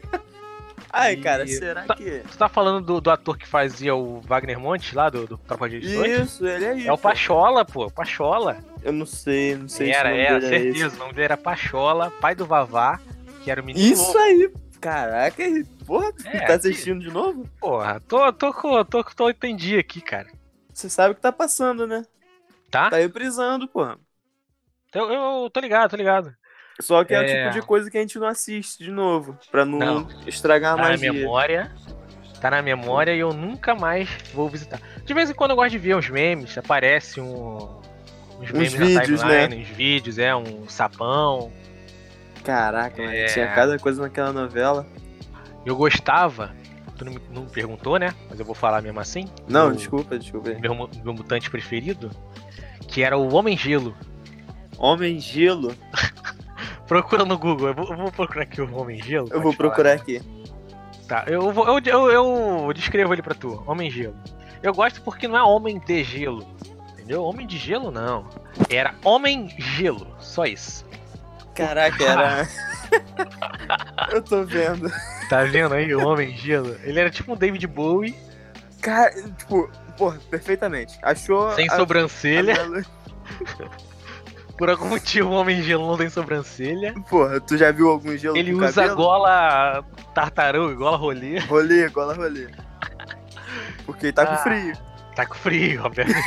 Speaker 2: Ai,
Speaker 1: E-
Speaker 2: cara, será que...
Speaker 1: Tu tá falando do, do ator que fazia o Wagner Montes lá, do, do Tropa de Elite?
Speaker 2: Isso, ele é isso.
Speaker 1: É o Pachola, pô, o Pachola.
Speaker 2: Eu não sei, não sei
Speaker 1: Era,
Speaker 2: se o nome
Speaker 1: era,
Speaker 2: dele é
Speaker 1: certeza.
Speaker 2: esse.
Speaker 1: O nome dele era Pachola, pai do Vavá, que era o menino
Speaker 2: Isso
Speaker 1: louco.
Speaker 2: aí. Caraca, porra, tu
Speaker 1: É,
Speaker 2: tá
Speaker 1: aqui-
Speaker 2: assistindo de novo?
Speaker 1: Porra, tô, tô, tô, tô, tô, entendi aqui, cara.
Speaker 2: Você sabe o que tá passando, né?
Speaker 1: Tá?
Speaker 2: Tá reprisando, porra.
Speaker 1: Eu, eu tô ligado, tô ligado.
Speaker 2: Só que é, o
Speaker 1: É.
Speaker 2: tipo de coisa que a gente não assiste de novo, pra não,
Speaker 1: Não.
Speaker 2: estragar a
Speaker 1: Tá na
Speaker 2: magia.
Speaker 1: memória. Tá na memória e eu nunca mais vou visitar. De vez em quando eu gosto de ver uns memes, aparece um, uns memes
Speaker 2: vídeos,
Speaker 1: na timeline, uns vídeos, é, um sapão.
Speaker 2: Caraca, mano,
Speaker 1: É.
Speaker 2: tinha cada coisa naquela novela.
Speaker 1: Eu gostava, tu não me, não me perguntou, né? Mas eu vou falar mesmo assim.
Speaker 2: Não,
Speaker 1: o,
Speaker 2: desculpa, desculpa.
Speaker 1: Meu, mu- meu mutante preferido, que era o Homem Gelo.
Speaker 2: Homem Gelo,
Speaker 1: Procura no Google, eu vou, eu vou procurar aqui o Homem Gelo.
Speaker 2: eu
Speaker 1: pra
Speaker 2: vou
Speaker 1: te falar.
Speaker 2: procurar aqui.
Speaker 1: Tá, eu, vou, eu, eu, eu descrevo ele pra tu, Homem Gelo. Eu gosto porque não é Homem de Gelo, entendeu? Homem de Gelo não. Era Homem Gelo, só isso.
Speaker 2: Caraca, era. Eu tô vendo.
Speaker 1: Tá vendo aí o Homem Gelo? Ele era tipo um David Bowie,
Speaker 2: Cara, tipo, porra, perfeitamente. Achou.
Speaker 1: sem
Speaker 2: a-
Speaker 1: sobrancelha.
Speaker 2: a-
Speaker 1: Por algum motivo o Homem Gelo não tem sobrancelha.
Speaker 2: Porra, tu já viu algum gelo
Speaker 1: Ele
Speaker 2: com
Speaker 1: usa
Speaker 2: cabelo?
Speaker 1: gola tartaruga, gola rolê.
Speaker 2: Rolê, gola rolê. Porque tá
Speaker 1: Ah.
Speaker 2: com frio.
Speaker 1: Tá com frio, obviamente.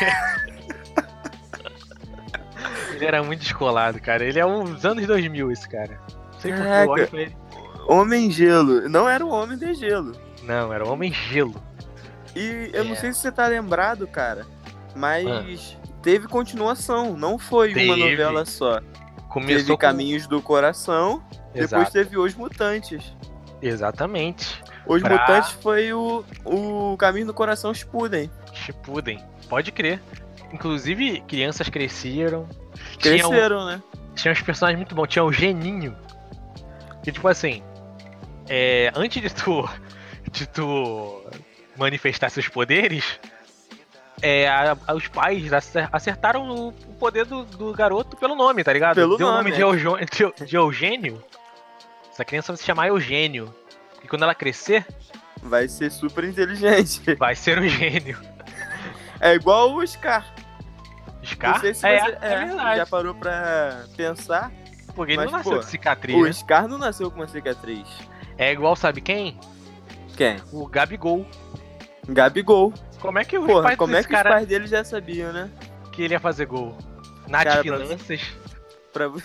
Speaker 1: Ele era muito descolado, cara. Ele é uns anos dois mil, esse cara. Não sei porque eu
Speaker 2: Caraca.
Speaker 1: olho pra ele.
Speaker 2: Homem gelo. Não era o homem de gelo.
Speaker 1: Não, era o Homem Gelo.
Speaker 2: E eu não
Speaker 1: É.
Speaker 2: sei se você tá lembrado, cara, mas teve continuação. Não foi uma
Speaker 1: Teve.
Speaker 2: novela só.
Speaker 1: Começou
Speaker 2: Teve
Speaker 1: com...
Speaker 2: Caminhos do Coração, depois
Speaker 1: Exato.
Speaker 2: teve Os Mutantes.
Speaker 1: Exatamente.
Speaker 2: Os
Speaker 1: Pra-
Speaker 2: Mutantes foi o, o Caminho do Coração Shippuden.
Speaker 1: Shippuden. Pode crer. Inclusive, crianças cresceram. Tinha, um-
Speaker 2: Cresceram, né?
Speaker 1: tinha uns personagens muito bons. Tinha o Geninho. Que, tipo assim... É, antes de tu... De tu... manifestar seus poderes... É, a- a- os pais acer- acertaram o, o poder do, do garoto pelo nome, tá ligado?
Speaker 2: Pelo
Speaker 1: Deu o
Speaker 2: nome,
Speaker 1: nome de,
Speaker 2: é.
Speaker 1: Eujo- de, de Eugênio. Essa criança vai se chamar Eugênio. E quando ela crescer,
Speaker 2: Vai ser super inteligente.
Speaker 1: vai ser um gênio.
Speaker 2: É igual o Scar.
Speaker 1: Scar?
Speaker 2: Não sei se
Speaker 1: é,
Speaker 2: você
Speaker 1: é verdade.
Speaker 2: já parou pra pensar.
Speaker 1: Porque ele
Speaker 2: mas,
Speaker 1: não nasceu
Speaker 2: pô,
Speaker 1: de cicatriz,
Speaker 2: O
Speaker 1: né?
Speaker 2: Scar não nasceu com uma cicatriz.
Speaker 1: É igual, sabe quem?
Speaker 2: Quem?
Speaker 1: O Gabigol.
Speaker 2: Gabigol.
Speaker 1: Como é que os
Speaker 2: Porra,
Speaker 1: pais
Speaker 2: como é
Speaker 1: desse
Speaker 2: que os
Speaker 1: cara
Speaker 2: pais dele já sabiam, né?
Speaker 1: que ele ia fazer gol? Nath
Speaker 2: Cara, pra-
Speaker 1: Finanças.
Speaker 2: Pra, vo-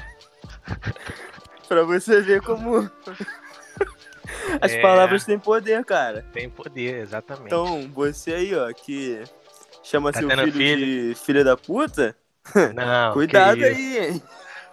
Speaker 2: pra você ver como as
Speaker 1: É.
Speaker 2: palavras têm poder, cara.
Speaker 1: Tem poder, exatamente.
Speaker 2: Então, você aí, ó, que chama
Speaker 1: Tá
Speaker 2: seu
Speaker 1: tendo
Speaker 2: filho, de filha da puta,
Speaker 1: não,
Speaker 2: cuidado
Speaker 1: que isso.
Speaker 2: aí, hein?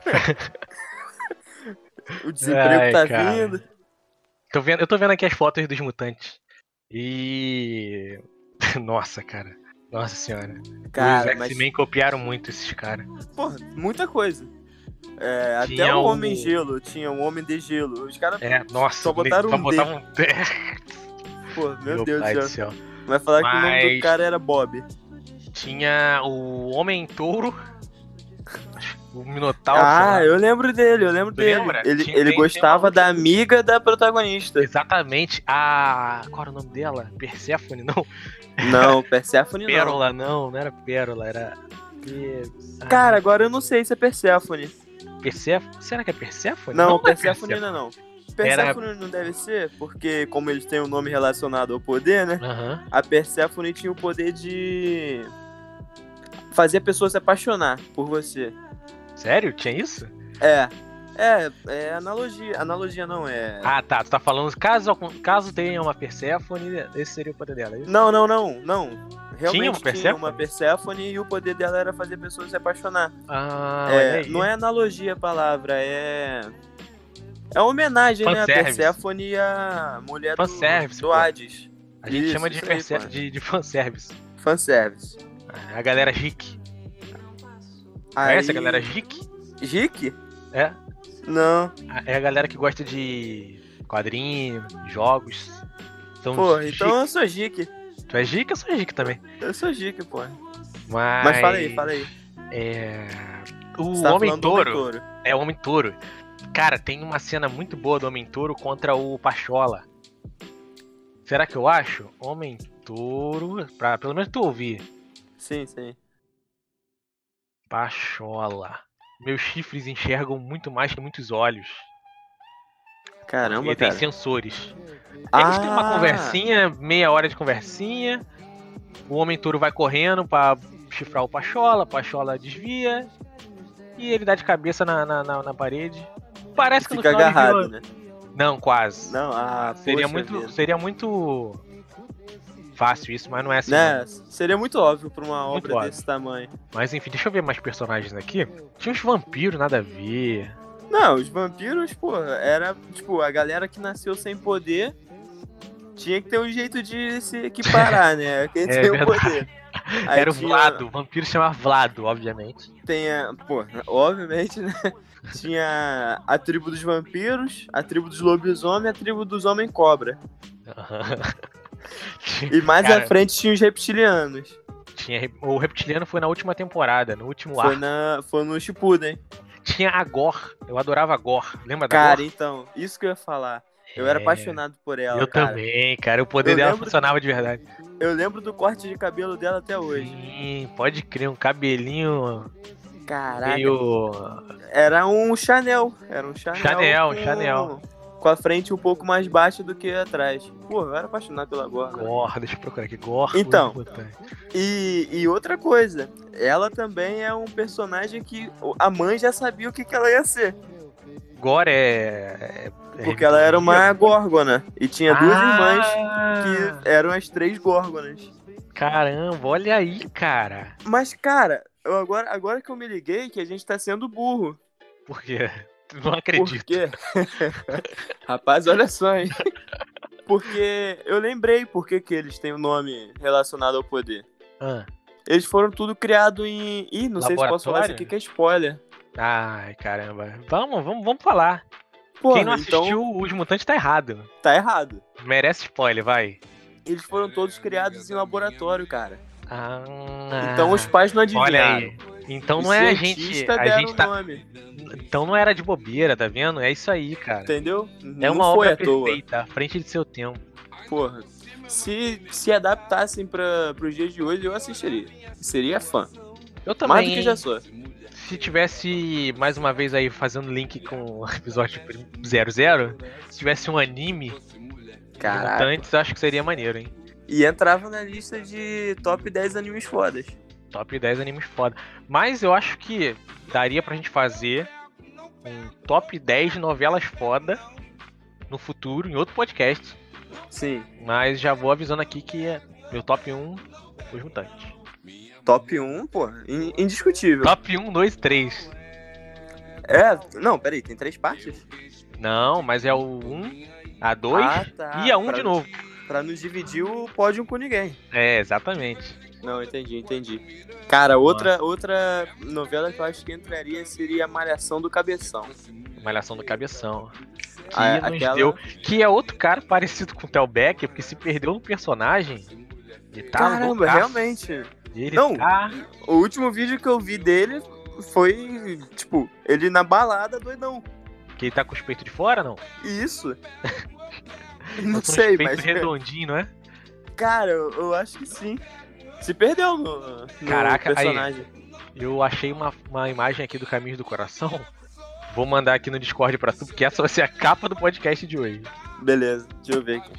Speaker 2: O desemprego
Speaker 1: Ai,
Speaker 2: tá
Speaker 1: cara.
Speaker 2: vindo.
Speaker 1: Tô vendo, eu tô vendo aqui as fotos dos mutantes. E. Nossa, cara. Nossa senhora.
Speaker 2: Cara,
Speaker 1: Os
Speaker 2: mas,
Speaker 1: X-Men copiaram muito esses caras.
Speaker 2: porra, muita coisa. É, até
Speaker 1: Tinha
Speaker 2: o
Speaker 1: o-
Speaker 2: Homem Gelo, tinha o Homem de Gelo. Os caras,
Speaker 1: É, nossa,
Speaker 2: Só botaram
Speaker 1: só
Speaker 2: um
Speaker 1: botavam um.
Speaker 2: pô, meu,
Speaker 1: Meu
Speaker 2: Deus
Speaker 1: pai
Speaker 2: do
Speaker 1: do
Speaker 2: céu.
Speaker 1: céu.
Speaker 2: Vai falar que o nome
Speaker 1: Mas-
Speaker 2: do cara era Bob.
Speaker 1: Tinha o Homem Touro. O Minotauro. sei
Speaker 2: Ah,
Speaker 1: lá.
Speaker 2: eu lembro dele, eu lembro
Speaker 1: Tu
Speaker 2: dele.
Speaker 1: lembra?
Speaker 2: Ele,
Speaker 1: Tinha-
Speaker 2: ele
Speaker 1: tem-
Speaker 2: gostava
Speaker 1: tem uma-
Speaker 2: da amiga da protagonista.
Speaker 1: Exatamente. A. Qual era o nome dela? Perséfone, não.
Speaker 2: Não, Persephone não.
Speaker 1: Pérola, não. Não era Pérola, era. Pe- ah,
Speaker 2: Cara, agora eu não sei se é Persephone.
Speaker 1: Perséfone? Será que é Perséfone?
Speaker 2: Não,
Speaker 1: não é
Speaker 2: Persephone ainda não. Persephone não deve ser, porque como eles têm um nome relacionado ao poder, né?
Speaker 1: Aham.
Speaker 2: A Persephone tinha o poder de fazer a pessoa se apaixonar por você.
Speaker 1: Sério? Tinha isso?
Speaker 2: É, é, é analogia. Analogia não, é...
Speaker 1: Ah, tá. Tu tá falando, caso, caso tenha uma Perséfone, esse seria o poder dela, é isso?
Speaker 2: Não, não, não, não. Realmente
Speaker 1: Tinha uma
Speaker 2: tinha
Speaker 1: Perséfone?
Speaker 2: uma Persephone e o poder dela era fazer a pessoa se apaixonar.
Speaker 1: Ah, olha
Speaker 2: É,
Speaker 1: aí.
Speaker 2: não é analogia a palavra, é. É uma homenagem, né? A
Speaker 1: Fanservice.
Speaker 2: Persephone e a mulher do,
Speaker 1: Fanservice,
Speaker 2: do
Speaker 1: pô.
Speaker 2: Hades.
Speaker 1: A gente
Speaker 2: Isso,
Speaker 1: chama de,
Speaker 2: isso aí,
Speaker 1: perse-
Speaker 2: pô.
Speaker 1: de, de fanservice.
Speaker 2: Fanservice.
Speaker 1: A galera chique.
Speaker 2: Aí...
Speaker 1: Conhece a galera chique?
Speaker 2: Jique?
Speaker 1: É.
Speaker 2: Não.
Speaker 1: É a galera que gosta de quadrinhos, jogos. São
Speaker 2: Pô,
Speaker 1: chique.
Speaker 2: então eu sou Jique.
Speaker 1: Tu é chique, eu sou chique também.
Speaker 2: Eu sou Jique, pô.
Speaker 1: Mas...
Speaker 2: Mas fala aí, fala aí.
Speaker 1: É... O
Speaker 2: Você tava
Speaker 1: Homem
Speaker 2: falando do
Speaker 1: Touro.
Speaker 2: Touro.
Speaker 1: É o Homem Touro. Cara, tem uma cena muito boa do Homem Touro contra o Pachola. Será que eu acho? Homem Touro. Pra pelo menos tu ouvir.
Speaker 2: Sim, sim.
Speaker 1: Pachola. Meus chifres enxergam muito mais que muitos olhos.
Speaker 2: Caramba,
Speaker 1: Ele tem
Speaker 2: cara.
Speaker 1: sensores. Eles
Speaker 2: Ah!
Speaker 1: têm uma conversinha, meia hora de conversinha. O Homem Touro vai correndo pra chifrar o Pachola. O Pachola desvia. E ele dá de cabeça na, na, na, na parede. Parece que no
Speaker 2: Fica
Speaker 1: final ele
Speaker 2: agarrado,
Speaker 1: virou-
Speaker 2: né?
Speaker 1: Não, quase.
Speaker 2: Não, ah,
Speaker 1: Seria
Speaker 2: poxa
Speaker 1: muito,
Speaker 2: vida.
Speaker 1: seria muito fácil isso, mas não é assim.
Speaker 2: Né?
Speaker 1: não.
Speaker 2: Seria muito óbvio pra uma
Speaker 1: Muito
Speaker 2: obra
Speaker 1: óbvio.
Speaker 2: desse tamanho.
Speaker 1: Mas enfim, deixa eu ver mais personagens aqui. Tinha uns vampiros, nada a ver.
Speaker 2: Não, os vampiros, pô, era, tipo, a galera que nasceu sem poder tinha que ter um jeito de se equiparar, né? Quem
Speaker 1: É
Speaker 2: tem o
Speaker 1: verdade.
Speaker 2: poder. Aí
Speaker 1: Era o
Speaker 2: tinha-
Speaker 1: Vlado, o vampiro se chama Vlado, obviamente.
Speaker 2: Tem a, pô, obviamente, né? Tinha a tribo dos vampiros, a tribo dos lobisomens, a tribo dos homem-cobra. E mais
Speaker 1: Cara,
Speaker 2: à frente tinha os reptilianos.
Speaker 1: tinha, o reptiliano foi na última temporada, no último
Speaker 2: Foi,
Speaker 1: arco.
Speaker 2: na, foi no Shippuden.
Speaker 1: Tinha a Gore. Eu adorava a Gore. Lembra da
Speaker 2: Cara,
Speaker 1: Gore?
Speaker 2: então, isso que eu ia falar. Eu era
Speaker 1: É,
Speaker 2: apaixonado por ela,
Speaker 1: Eu
Speaker 2: cara.
Speaker 1: também, cara. O poder
Speaker 2: Eu
Speaker 1: dela
Speaker 2: lembro-
Speaker 1: funcionava de verdade.
Speaker 2: Eu lembro do corte de cabelo dela até hoje.
Speaker 1: Sim, pode crer. Um cabelinho
Speaker 2: Caraca,
Speaker 1: meio...
Speaker 2: era um Chanel. Era um Chanel.
Speaker 1: Chanel,
Speaker 2: com...
Speaker 1: Chanel.
Speaker 2: Com a frente um pouco mais baixa do que atrás. Pô, eu era apaixonado pela Gore. né?
Speaker 1: Gore, deixa eu procurar aqui. Gore.
Speaker 2: Então.
Speaker 1: Urso Mutante.
Speaker 2: E, e outra coisa, ela também é um personagem que a mãe já sabia o que, que ela ia ser.
Speaker 1: Gore é... é
Speaker 2: Porque ela era uma Górgona. E tinha duas
Speaker 1: Ah,
Speaker 2: irmãs que eram as três Górgonas.
Speaker 1: Caramba, olha aí, cara.
Speaker 2: Mas, cara, eu agora, agora que eu me liguei que a gente tá sendo burro.
Speaker 1: Por quê? Não acredito.
Speaker 2: Por quê? Rapaz, olha só, hein? Porque eu lembrei por que que eles têm o nome relacionado ao poder.
Speaker 1: Ah.
Speaker 2: Eles foram tudo criados em... Ih, não sei se posso falar isso aqui que é spoiler.
Speaker 1: Ai, caramba. Vamos, vamos, vamos falar.
Speaker 2: Porra,
Speaker 1: Quem não assistiu
Speaker 2: então
Speaker 1: Os Mutantes tá errado.
Speaker 2: tá errado.
Speaker 1: Merece spoiler, vai.
Speaker 2: Eles foram todos criados em laboratório, cara.
Speaker 1: Ah,
Speaker 2: Então os pais não adivinharam.
Speaker 1: olha aí. Então
Speaker 2: Os
Speaker 1: não é a gente.
Speaker 2: cientistas
Speaker 1: A
Speaker 2: deram
Speaker 1: gente
Speaker 2: o
Speaker 1: tá.
Speaker 2: nome,
Speaker 1: Então não era de bobeira, tá vendo? É isso aí, cara.
Speaker 2: entendeu?
Speaker 1: É
Speaker 2: não
Speaker 1: uma
Speaker 2: foi
Speaker 1: obra
Speaker 2: à toa.
Speaker 1: perfeita, à frente de seu tempo.
Speaker 2: Porra, se se adaptassem para os dias de hoje, eu assistiria. Seria fã.
Speaker 1: Eu também.
Speaker 2: Mais do que já sou.
Speaker 1: Se tivesse mais uma vez aí fazendo link com o episódio zero zero, se tivesse um anime de
Speaker 2: Caraca.
Speaker 1: Mutantes, acho que seria maneiro, hein?
Speaker 2: E entrava na lista de top dez animes fodas.
Speaker 1: Top dez animes foda. Mas eu acho que daria pra gente fazer um top dez de novelas foda no futuro, em outro podcast.
Speaker 2: Sim.
Speaker 1: Mas já vou avisando aqui que é meu top um, Os Mutantes.
Speaker 2: Top um, pô, in- indiscutível.
Speaker 1: Top um, dois, três.
Speaker 2: É, não, peraí, tem três partes?
Speaker 1: Não, mas é o um, a dois
Speaker 2: Ah, tá.
Speaker 1: e a um
Speaker 2: Pra-
Speaker 1: de novo.
Speaker 2: Pra nos dividir o pódio com ninguém.
Speaker 1: É, exatamente.
Speaker 2: Não, entendi, entendi. Cara, outra, outra novela que eu acho que entraria seria a Malhação do Cabeção.
Speaker 1: Malhação do Cabeção. Que
Speaker 2: A-
Speaker 1: nos
Speaker 2: aquela-
Speaker 1: deu. Que é outro cara parecido com o Theo Becker, porque se perdeu no personagem. Ele tá
Speaker 2: Caramba,
Speaker 1: loucaço.
Speaker 2: realmente.
Speaker 1: Ele
Speaker 2: Não.
Speaker 1: tá.
Speaker 2: O último vídeo que eu vi dele foi, tipo, ele na balada doidão.
Speaker 1: Que ele tá com os peitos de fora, não?
Speaker 2: Isso. Não
Speaker 1: Tá com
Speaker 2: sei,
Speaker 1: os peitos
Speaker 2: mas.
Speaker 1: redondinho, não é?
Speaker 2: Cara, eu, eu acho que sim. Se perdeu no, no
Speaker 1: Caraca, aí.
Speaker 2: personagem.
Speaker 1: Eu achei uma, uma imagem aqui do Caminho do Coração. Vou mandar aqui no Discord pra tu, porque essa vai ser a capa do podcast de hoje.
Speaker 2: Beleza, deixa eu ver aqui.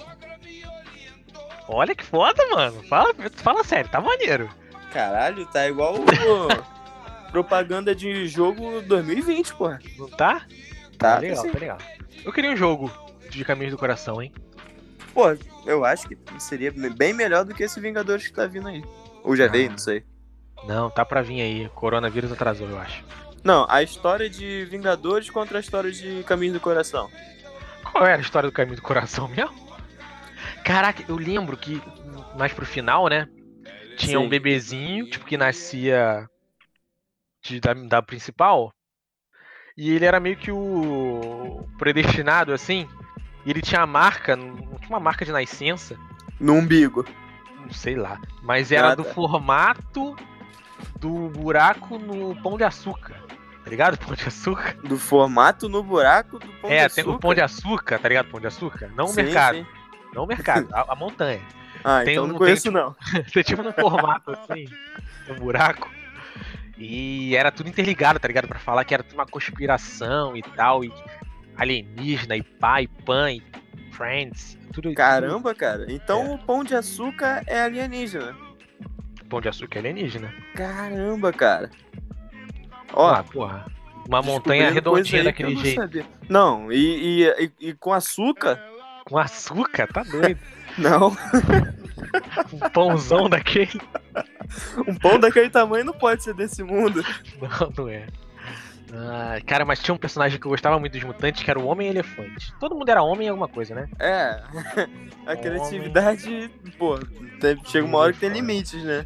Speaker 1: Olha que foda, mano. Fala, fala sério, tá maneiro.
Speaker 2: Caralho, tá igual o propaganda de jogo dois mil e vinte, porra.
Speaker 1: Não tá?
Speaker 2: Tá,
Speaker 1: Tá legal,
Speaker 2: sim.
Speaker 1: tá legal. Eu queria um jogo de Caminhos do Coração, hein?
Speaker 2: Pô, eu acho que seria bem melhor do que esse Vingadores que tá vindo aí. Ou já
Speaker 1: Ah.
Speaker 2: veio, não sei.
Speaker 1: Não, tá pra vir aí. Coronavírus atrasou, eu acho.
Speaker 2: Não, a história de Vingadores contra a história de Caminho do Coração.
Speaker 1: Qual era a história do Caminho do Coração mesmo? Caraca, eu lembro que mais pro final, né? Tinha
Speaker 2: Sim.
Speaker 1: um bebezinho, tipo, que nascia de- da, da principal. E ele era meio que o predestinado, assim. E ele tinha a marca, não tinha uma marca de nascença,
Speaker 2: No umbigo.
Speaker 1: não sei lá. Mas era
Speaker 2: Ah,
Speaker 1: do
Speaker 2: tá.
Speaker 1: formato do buraco no Pão de Açúcar. Tá ligado? Pão de Açúcar.
Speaker 2: Do formato no buraco do pão
Speaker 1: é,
Speaker 2: de
Speaker 1: tem
Speaker 2: açúcar.
Speaker 1: o Pão de Açúcar, tá ligado? Pão de Açúcar? Não o
Speaker 2: Sim,
Speaker 1: mercado.
Speaker 2: sim.
Speaker 1: Não o mercado, a, a montanha.
Speaker 2: Ah,
Speaker 1: Tem
Speaker 2: então
Speaker 1: um-
Speaker 2: não
Speaker 1: tem,
Speaker 2: conheço
Speaker 1: tipo,
Speaker 2: não.
Speaker 1: Você tipo no formato assim, um buraco. E era tudo interligado, tá ligado? Pra falar que era tudo uma conspiração e tal. E alienígena, e pai, pan, e friends. Tudo.
Speaker 2: Caramba, cara. Então
Speaker 1: É.
Speaker 2: o pão de açúcar é alienígena.
Speaker 1: Tudo, Pão de Açúcar é alienígena.
Speaker 2: Caramba, cara. Ó,
Speaker 1: ah, porra. Uma montanha
Speaker 2: descobrindo coisa
Speaker 1: redondinha
Speaker 2: aí que eu
Speaker 1: daquele
Speaker 2: não
Speaker 1: jeito.
Speaker 2: sabia. Não, e, e, e, e com açúcar?
Speaker 1: Com açúcar? Tá doido.
Speaker 2: Não.
Speaker 1: Um pãozão daquele.
Speaker 2: Um pão daquele tamanho não pode ser desse mundo.
Speaker 1: Não, não é. Ah, cara, mas tinha um personagem que eu gostava muito dos mutantes, que era o Homem-Elefante. Todo mundo era homem em alguma coisa, né?
Speaker 2: É. A criatividade, pô, tem- chega uma hora que tem limites, né?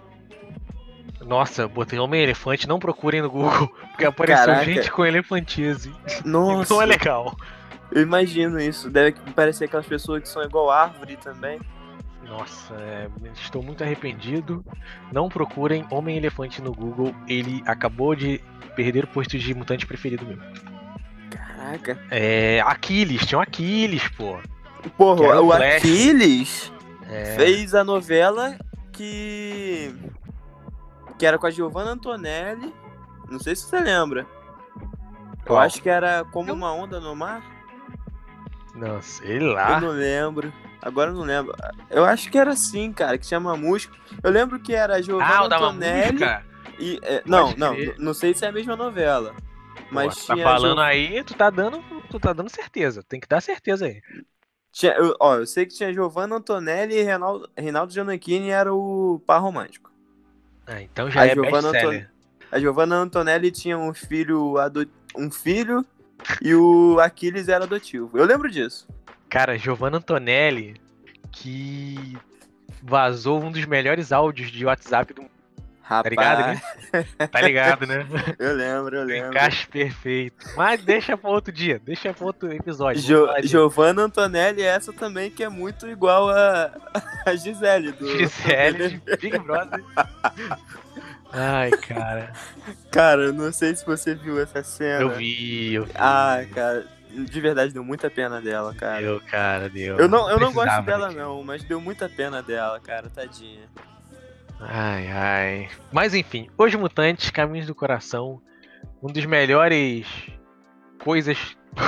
Speaker 1: Nossa, eu botei Homem-Elefante, não procurem no Google, porque apareceu
Speaker 2: Caraca.
Speaker 1: gente com elefantise.
Speaker 2: Nossa,
Speaker 1: Não é legal.
Speaker 2: eu imagino isso. Deve parecer aquelas pessoas que são igual árvore também.
Speaker 1: Nossa, é, estou muito arrependido. Não procurem Homem-Elefante no Google. Ele acabou de perder o posto de mutante preferido meu.
Speaker 2: Caraca.
Speaker 1: É. Aquiles, tinha um Aquiles, pô. Que
Speaker 2: Porra,
Speaker 1: era o
Speaker 2: o
Speaker 1: Flash.
Speaker 2: Aquiles
Speaker 1: É.
Speaker 2: fez a novela que. que era com a Giovanna Antonelli. Não sei se você lembra. Eu
Speaker 1: Qual?
Speaker 2: acho que era Como
Speaker 1: Eu-
Speaker 2: uma Onda no Mar.
Speaker 1: Não, sei
Speaker 2: Eu
Speaker 1: lá.
Speaker 2: não lembro. Agora eu não lembro. Eu acho que era assim, cara, que chama música. Eu lembro que era a Giovanna
Speaker 1: Ah, o da
Speaker 2: Antonelli.
Speaker 1: música?
Speaker 2: E, é, não,
Speaker 1: Pode
Speaker 2: não,
Speaker 1: crer.
Speaker 2: n- não sei se é a mesma novela. Mas
Speaker 1: Pô, tá
Speaker 2: tinha, a
Speaker 1: falando
Speaker 2: Gio-
Speaker 1: aí, tu tá dando. Tu tá dando certeza. Tem que dar certeza aí.
Speaker 2: tinha eu, ó, eu sei que tinha Giovanna Antonelli e Reinaldo, Reinaldo Gianecchini era o par romântico.
Speaker 1: Ah, então já
Speaker 2: A
Speaker 1: é
Speaker 2: Giovanna
Speaker 1: best-seller.
Speaker 2: A Giovanna Antonelli tinha um filho ado... um filho e o Aquiles era adotivo. Eu lembro disso.
Speaker 1: Cara, Giovanna Antonelli, que vazou um dos melhores áudios de WhatsApp do mundo.
Speaker 2: Rapaz,
Speaker 1: ligado, né? Tá ligado, né?
Speaker 2: eu lembro, eu
Speaker 1: O
Speaker 2: lembro.
Speaker 1: encaixe perfeito. Mas deixa pra outro dia, deixa pra outro episódio.
Speaker 2: Jo
Speaker 1: Vamos falar de
Speaker 2: Giovanna Antonelli é essa também que é muito igual a, a Gisele do
Speaker 1: Gisele de Big Brother. Ai, cara.
Speaker 2: Cara, eu não sei se você viu essa cena.
Speaker 1: Eu vi, eu vi.
Speaker 2: Ah, cara, de verdade deu muita pena dela, cara.
Speaker 1: Deu, cara, deu.
Speaker 2: Eu não, eu não gosto
Speaker 1: Precisava
Speaker 2: dela
Speaker 1: daquilo.
Speaker 2: não, mas deu muita pena dela, cara, tadinha.
Speaker 1: Ai, ai. Mas enfim, Os Mutantes, Caminhos do Coração, um dos melhores coisas.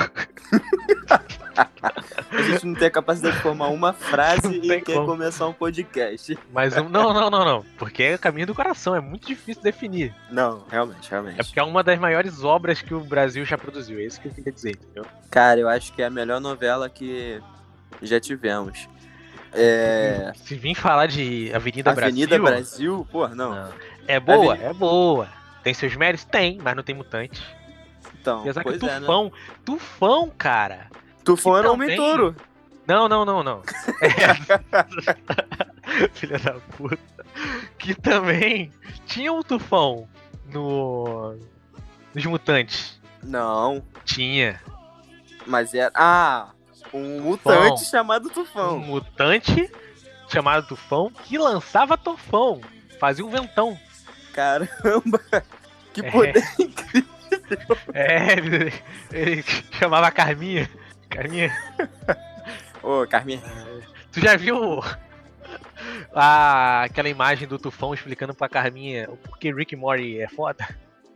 Speaker 2: A gente não tem a capacidade de formar uma frase
Speaker 1: Não
Speaker 2: e
Speaker 1: tem
Speaker 2: quer
Speaker 1: como.
Speaker 2: começar um podcast.
Speaker 1: Mas um... não, não, não, não. Porque é Caminho do Coração, é muito difícil definir.
Speaker 2: Não, realmente, realmente.
Speaker 1: É porque é uma das maiores obras que o Brasil já produziu. É isso que eu queria dizer, entendeu?
Speaker 2: Cara, eu acho que é a melhor novela que já tivemos. É...
Speaker 1: Se vir falar de Avenida,
Speaker 2: Avenida
Speaker 1: Brasil.
Speaker 2: Brasil, pô, não.
Speaker 1: não. É boa?
Speaker 2: Avenida-
Speaker 1: É boa. Tem seus méritos? Tem, mas não tem mutante.
Speaker 2: Então,
Speaker 1: Apesar que
Speaker 2: pois é, né?
Speaker 1: Tufão, Tufão, cara.
Speaker 2: Tufão
Speaker 1: que
Speaker 2: era um
Speaker 1: também-
Speaker 2: Homem-Touro.
Speaker 1: Não, não, não, não. É... Filha da puta. Que também tinha um Tufão no... nos Mutantes.
Speaker 2: Não,
Speaker 1: Tinha.
Speaker 2: mas era... Ah, um mutante
Speaker 1: Tufão.
Speaker 2: chamado
Speaker 1: Um
Speaker 2: Tufão.
Speaker 1: mutante chamado Tufão que lançava Tufão. Fazia um ventão.
Speaker 2: Caramba, que
Speaker 1: É.
Speaker 2: poder incrível.
Speaker 1: É, ele, ele chamava a Carminha. Carminha,
Speaker 2: Ô, Carminha,
Speaker 1: tu já viu a, aquela imagem do Tufão explicando pra Carminha o porquê Rick and Morty é foda?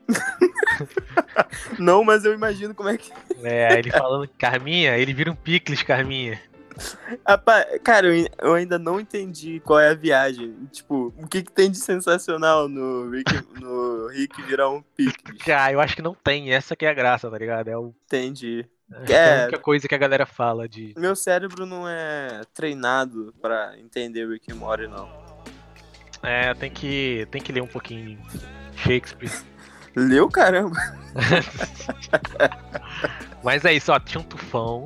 Speaker 2: não, mas eu imagino como é que...
Speaker 1: É, ele falando Carminha, ele vira um picles, Carminha.
Speaker 2: Rapaz, cara, eu, eu ainda não entendi qual é a viagem. Tipo, o que, que tem de sensacional no Rick, no Rick virar um picles?
Speaker 1: Cara, eu acho que não tem, essa que é a graça, tá ligado? É, o,
Speaker 2: Entendi.
Speaker 1: é a
Speaker 2: É.
Speaker 1: única coisa que a galera fala de...
Speaker 2: Meu cérebro não é treinado pra entender Rick and Morty, não.
Speaker 1: É, tem que, tem que ler um pouquinho Shakespeare.
Speaker 2: Leu, caramba.
Speaker 1: Mas é isso, ó, tinha um Tufão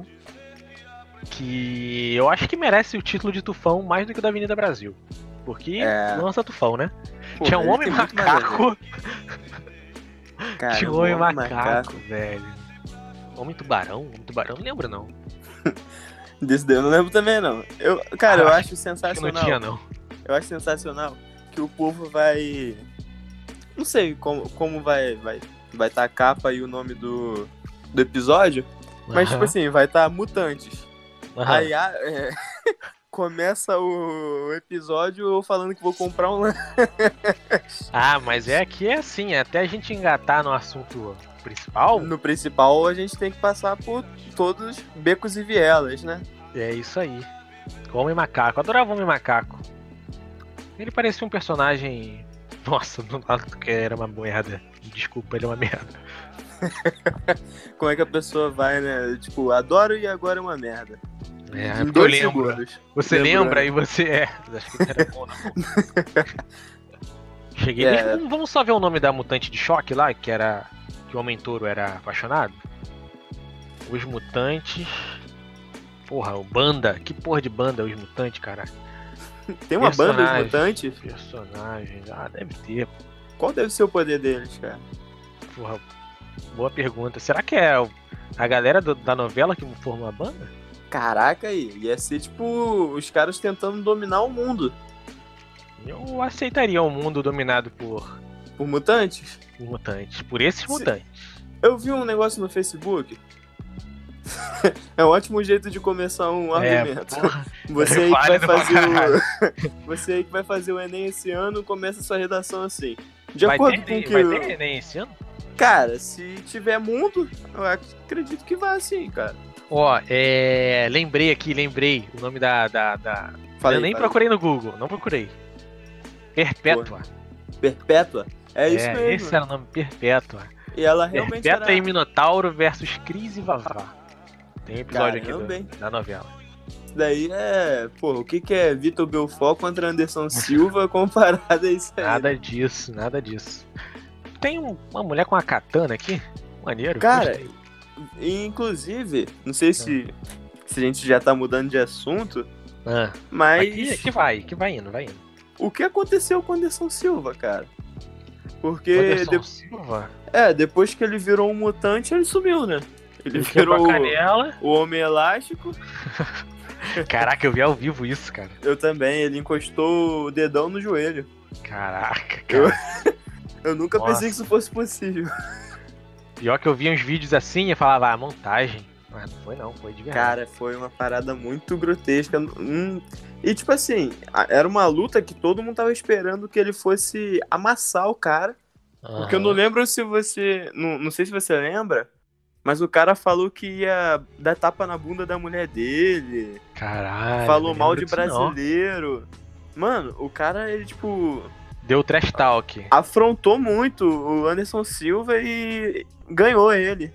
Speaker 1: que eu acho que merece o título de Tufão mais do que o da Avenida Brasil. Porque
Speaker 2: É.
Speaker 1: lança Tufão, né?
Speaker 2: Pô,
Speaker 1: tinha um
Speaker 2: ele
Speaker 1: Homem
Speaker 2: tem muito mais a ver.
Speaker 1: Macaco.
Speaker 2: Caramba,
Speaker 1: Tinha um Homem
Speaker 2: Homem
Speaker 1: Macaco, velho. Homem Tubarão? Homem Tubarão não lembro, não.
Speaker 2: Desse daí eu não lembro também, não. Eu, cara, eu
Speaker 1: Ah,
Speaker 2: acho
Speaker 1: Acho que
Speaker 2: sensacional.
Speaker 1: não tinha, não.
Speaker 2: Eu acho sensacional que o povo vai... Não sei como, como vai vai vai tá a capa e o nome do, do episódio, mas tipo
Speaker 1: Aham,
Speaker 2: assim, vai estar tá Mutantes.
Speaker 1: aham.
Speaker 2: Aí a- é, começa o episódio eu falando que vou comprar um lanche.
Speaker 1: Ah, mas é aqui é assim, até a gente engatar no assunto principal,
Speaker 2: No principal a gente tem que passar por todos becos e vielas, né?
Speaker 1: é isso aí. Homem Macaco, adorava o Homem Macaco. Ele parecia um personagem. Nossa, não acho que era uma merda. Desculpa, ele é uma merda.
Speaker 2: Como é que a pessoa vai, né? Tipo, adoro e agora é uma merda.
Speaker 1: É,
Speaker 2: Em
Speaker 1: porque eu
Speaker 2: dois
Speaker 1: lembro.
Speaker 2: segundos.
Speaker 1: Você
Speaker 2: Lembrando.
Speaker 1: lembra e você é. Acho que era bom, não. Cheguei.
Speaker 2: É.
Speaker 1: Deixa- vamos- vamos só ver o nome da mutante de choque lá, que era. Que o Homem Touro era apaixonado. Os mutantes. Porra, o banda. Que porra de banda é os mutantes, cara?
Speaker 2: Tem uma banda
Speaker 1: Personagem.
Speaker 2: de mutantes?
Speaker 1: Personagens. Ah, deve ter.
Speaker 2: Qual deve ser o poder deles, cara?
Speaker 1: Porra, boa pergunta. Será que é o- a galera do- da novela que formou a banda?
Speaker 2: Caraca aí, ia ser tipo os caras tentando dominar o mundo
Speaker 1: Eu aceitaria um mundo dominado por,
Speaker 2: por mutantes.
Speaker 1: por mutantes, por esses
Speaker 2: Se-
Speaker 1: mutantes.
Speaker 2: Eu vi um negócio no Facebook. É um ótimo jeito de começar um
Speaker 1: É,
Speaker 2: argumento.
Speaker 1: porra,
Speaker 2: Você aí, que vai
Speaker 1: válido pra
Speaker 2: fazer
Speaker 1: caralho.
Speaker 2: o... Você aí que vai fazer o Enem esse ano, começa a sua redação assim. De
Speaker 1: vai
Speaker 2: acordo
Speaker 1: ter,
Speaker 2: com que.
Speaker 1: vai
Speaker 2: eu-
Speaker 1: ter Enem esse ano?
Speaker 2: Cara, se tiver mundo, eu acredito que vai sim, cara.
Speaker 1: Ó, é. Lembrei aqui, lembrei o nome da. da, da...
Speaker 2: Falei,
Speaker 1: eu nem
Speaker 2: falei.
Speaker 1: procurei no Google, não procurei. Perpétua.
Speaker 2: Perpétua? É isso
Speaker 1: É,
Speaker 2: mesmo.
Speaker 1: esse era o nome, Perpétua.
Speaker 2: E ela realmente
Speaker 1: Perpétua
Speaker 2: era...
Speaker 1: e Minotauro versus Cris e Vavá. Tem episódio
Speaker 2: Caramba,
Speaker 1: aqui
Speaker 2: hein?
Speaker 1: do, da novela.
Speaker 2: Isso daí é... Pô, o que que é Vitor Belfort contra Anderson Silva comparado a isso aí?
Speaker 1: Nada disso, nada disso. Tem um- uma mulher com uma katana aqui. Maneiro.
Speaker 2: Cara,
Speaker 1: gostei.
Speaker 2: E, inclusive, não sei se, se a gente já tá mudando de assunto,
Speaker 1: Ah,
Speaker 2: mas
Speaker 1: aqui, que vai, que vai indo, vai indo.
Speaker 2: o que aconteceu com o Anderson Silva, cara? Porque
Speaker 1: Anderson
Speaker 2: de-
Speaker 1: Silva,
Speaker 2: é, depois que ele virou um mutante, ele sumiu, né? Ele
Speaker 1: ele quebrou
Speaker 2: virou
Speaker 1: a canela.
Speaker 2: o Homem Elástico.
Speaker 1: Caraca, eu vi ao vivo isso, cara.
Speaker 2: Eu também, ele encostou o dedão no joelho.
Speaker 1: Caraca,
Speaker 2: Eu-
Speaker 1: cara.
Speaker 2: Eu nunca
Speaker 1: Nossa.
Speaker 2: pensei que isso fosse possível.
Speaker 1: Pior que eu via uns vídeos assim e eu falava, ah, montagem. Mas não foi não, foi de verdade.
Speaker 2: Cara, foi uma parada muito grotesca. Hum, E tipo assim, a- era uma luta que todo mundo tava esperando que ele fosse amassar o cara. Porque eu não
Speaker 1: Aham.
Speaker 2: lembro se você. Não, não sei se você lembra, mas o cara falou que ia dar tapa na bunda da mulher dele.
Speaker 1: Caralho.
Speaker 2: falou
Speaker 1: não
Speaker 2: mal
Speaker 1: lembro
Speaker 2: de
Speaker 1: disso, não.
Speaker 2: brasileiro. Mano, o cara, ele, tipo,
Speaker 1: Deu trash talk.
Speaker 2: afrontou muito o Anderson Silva e ganhou ele.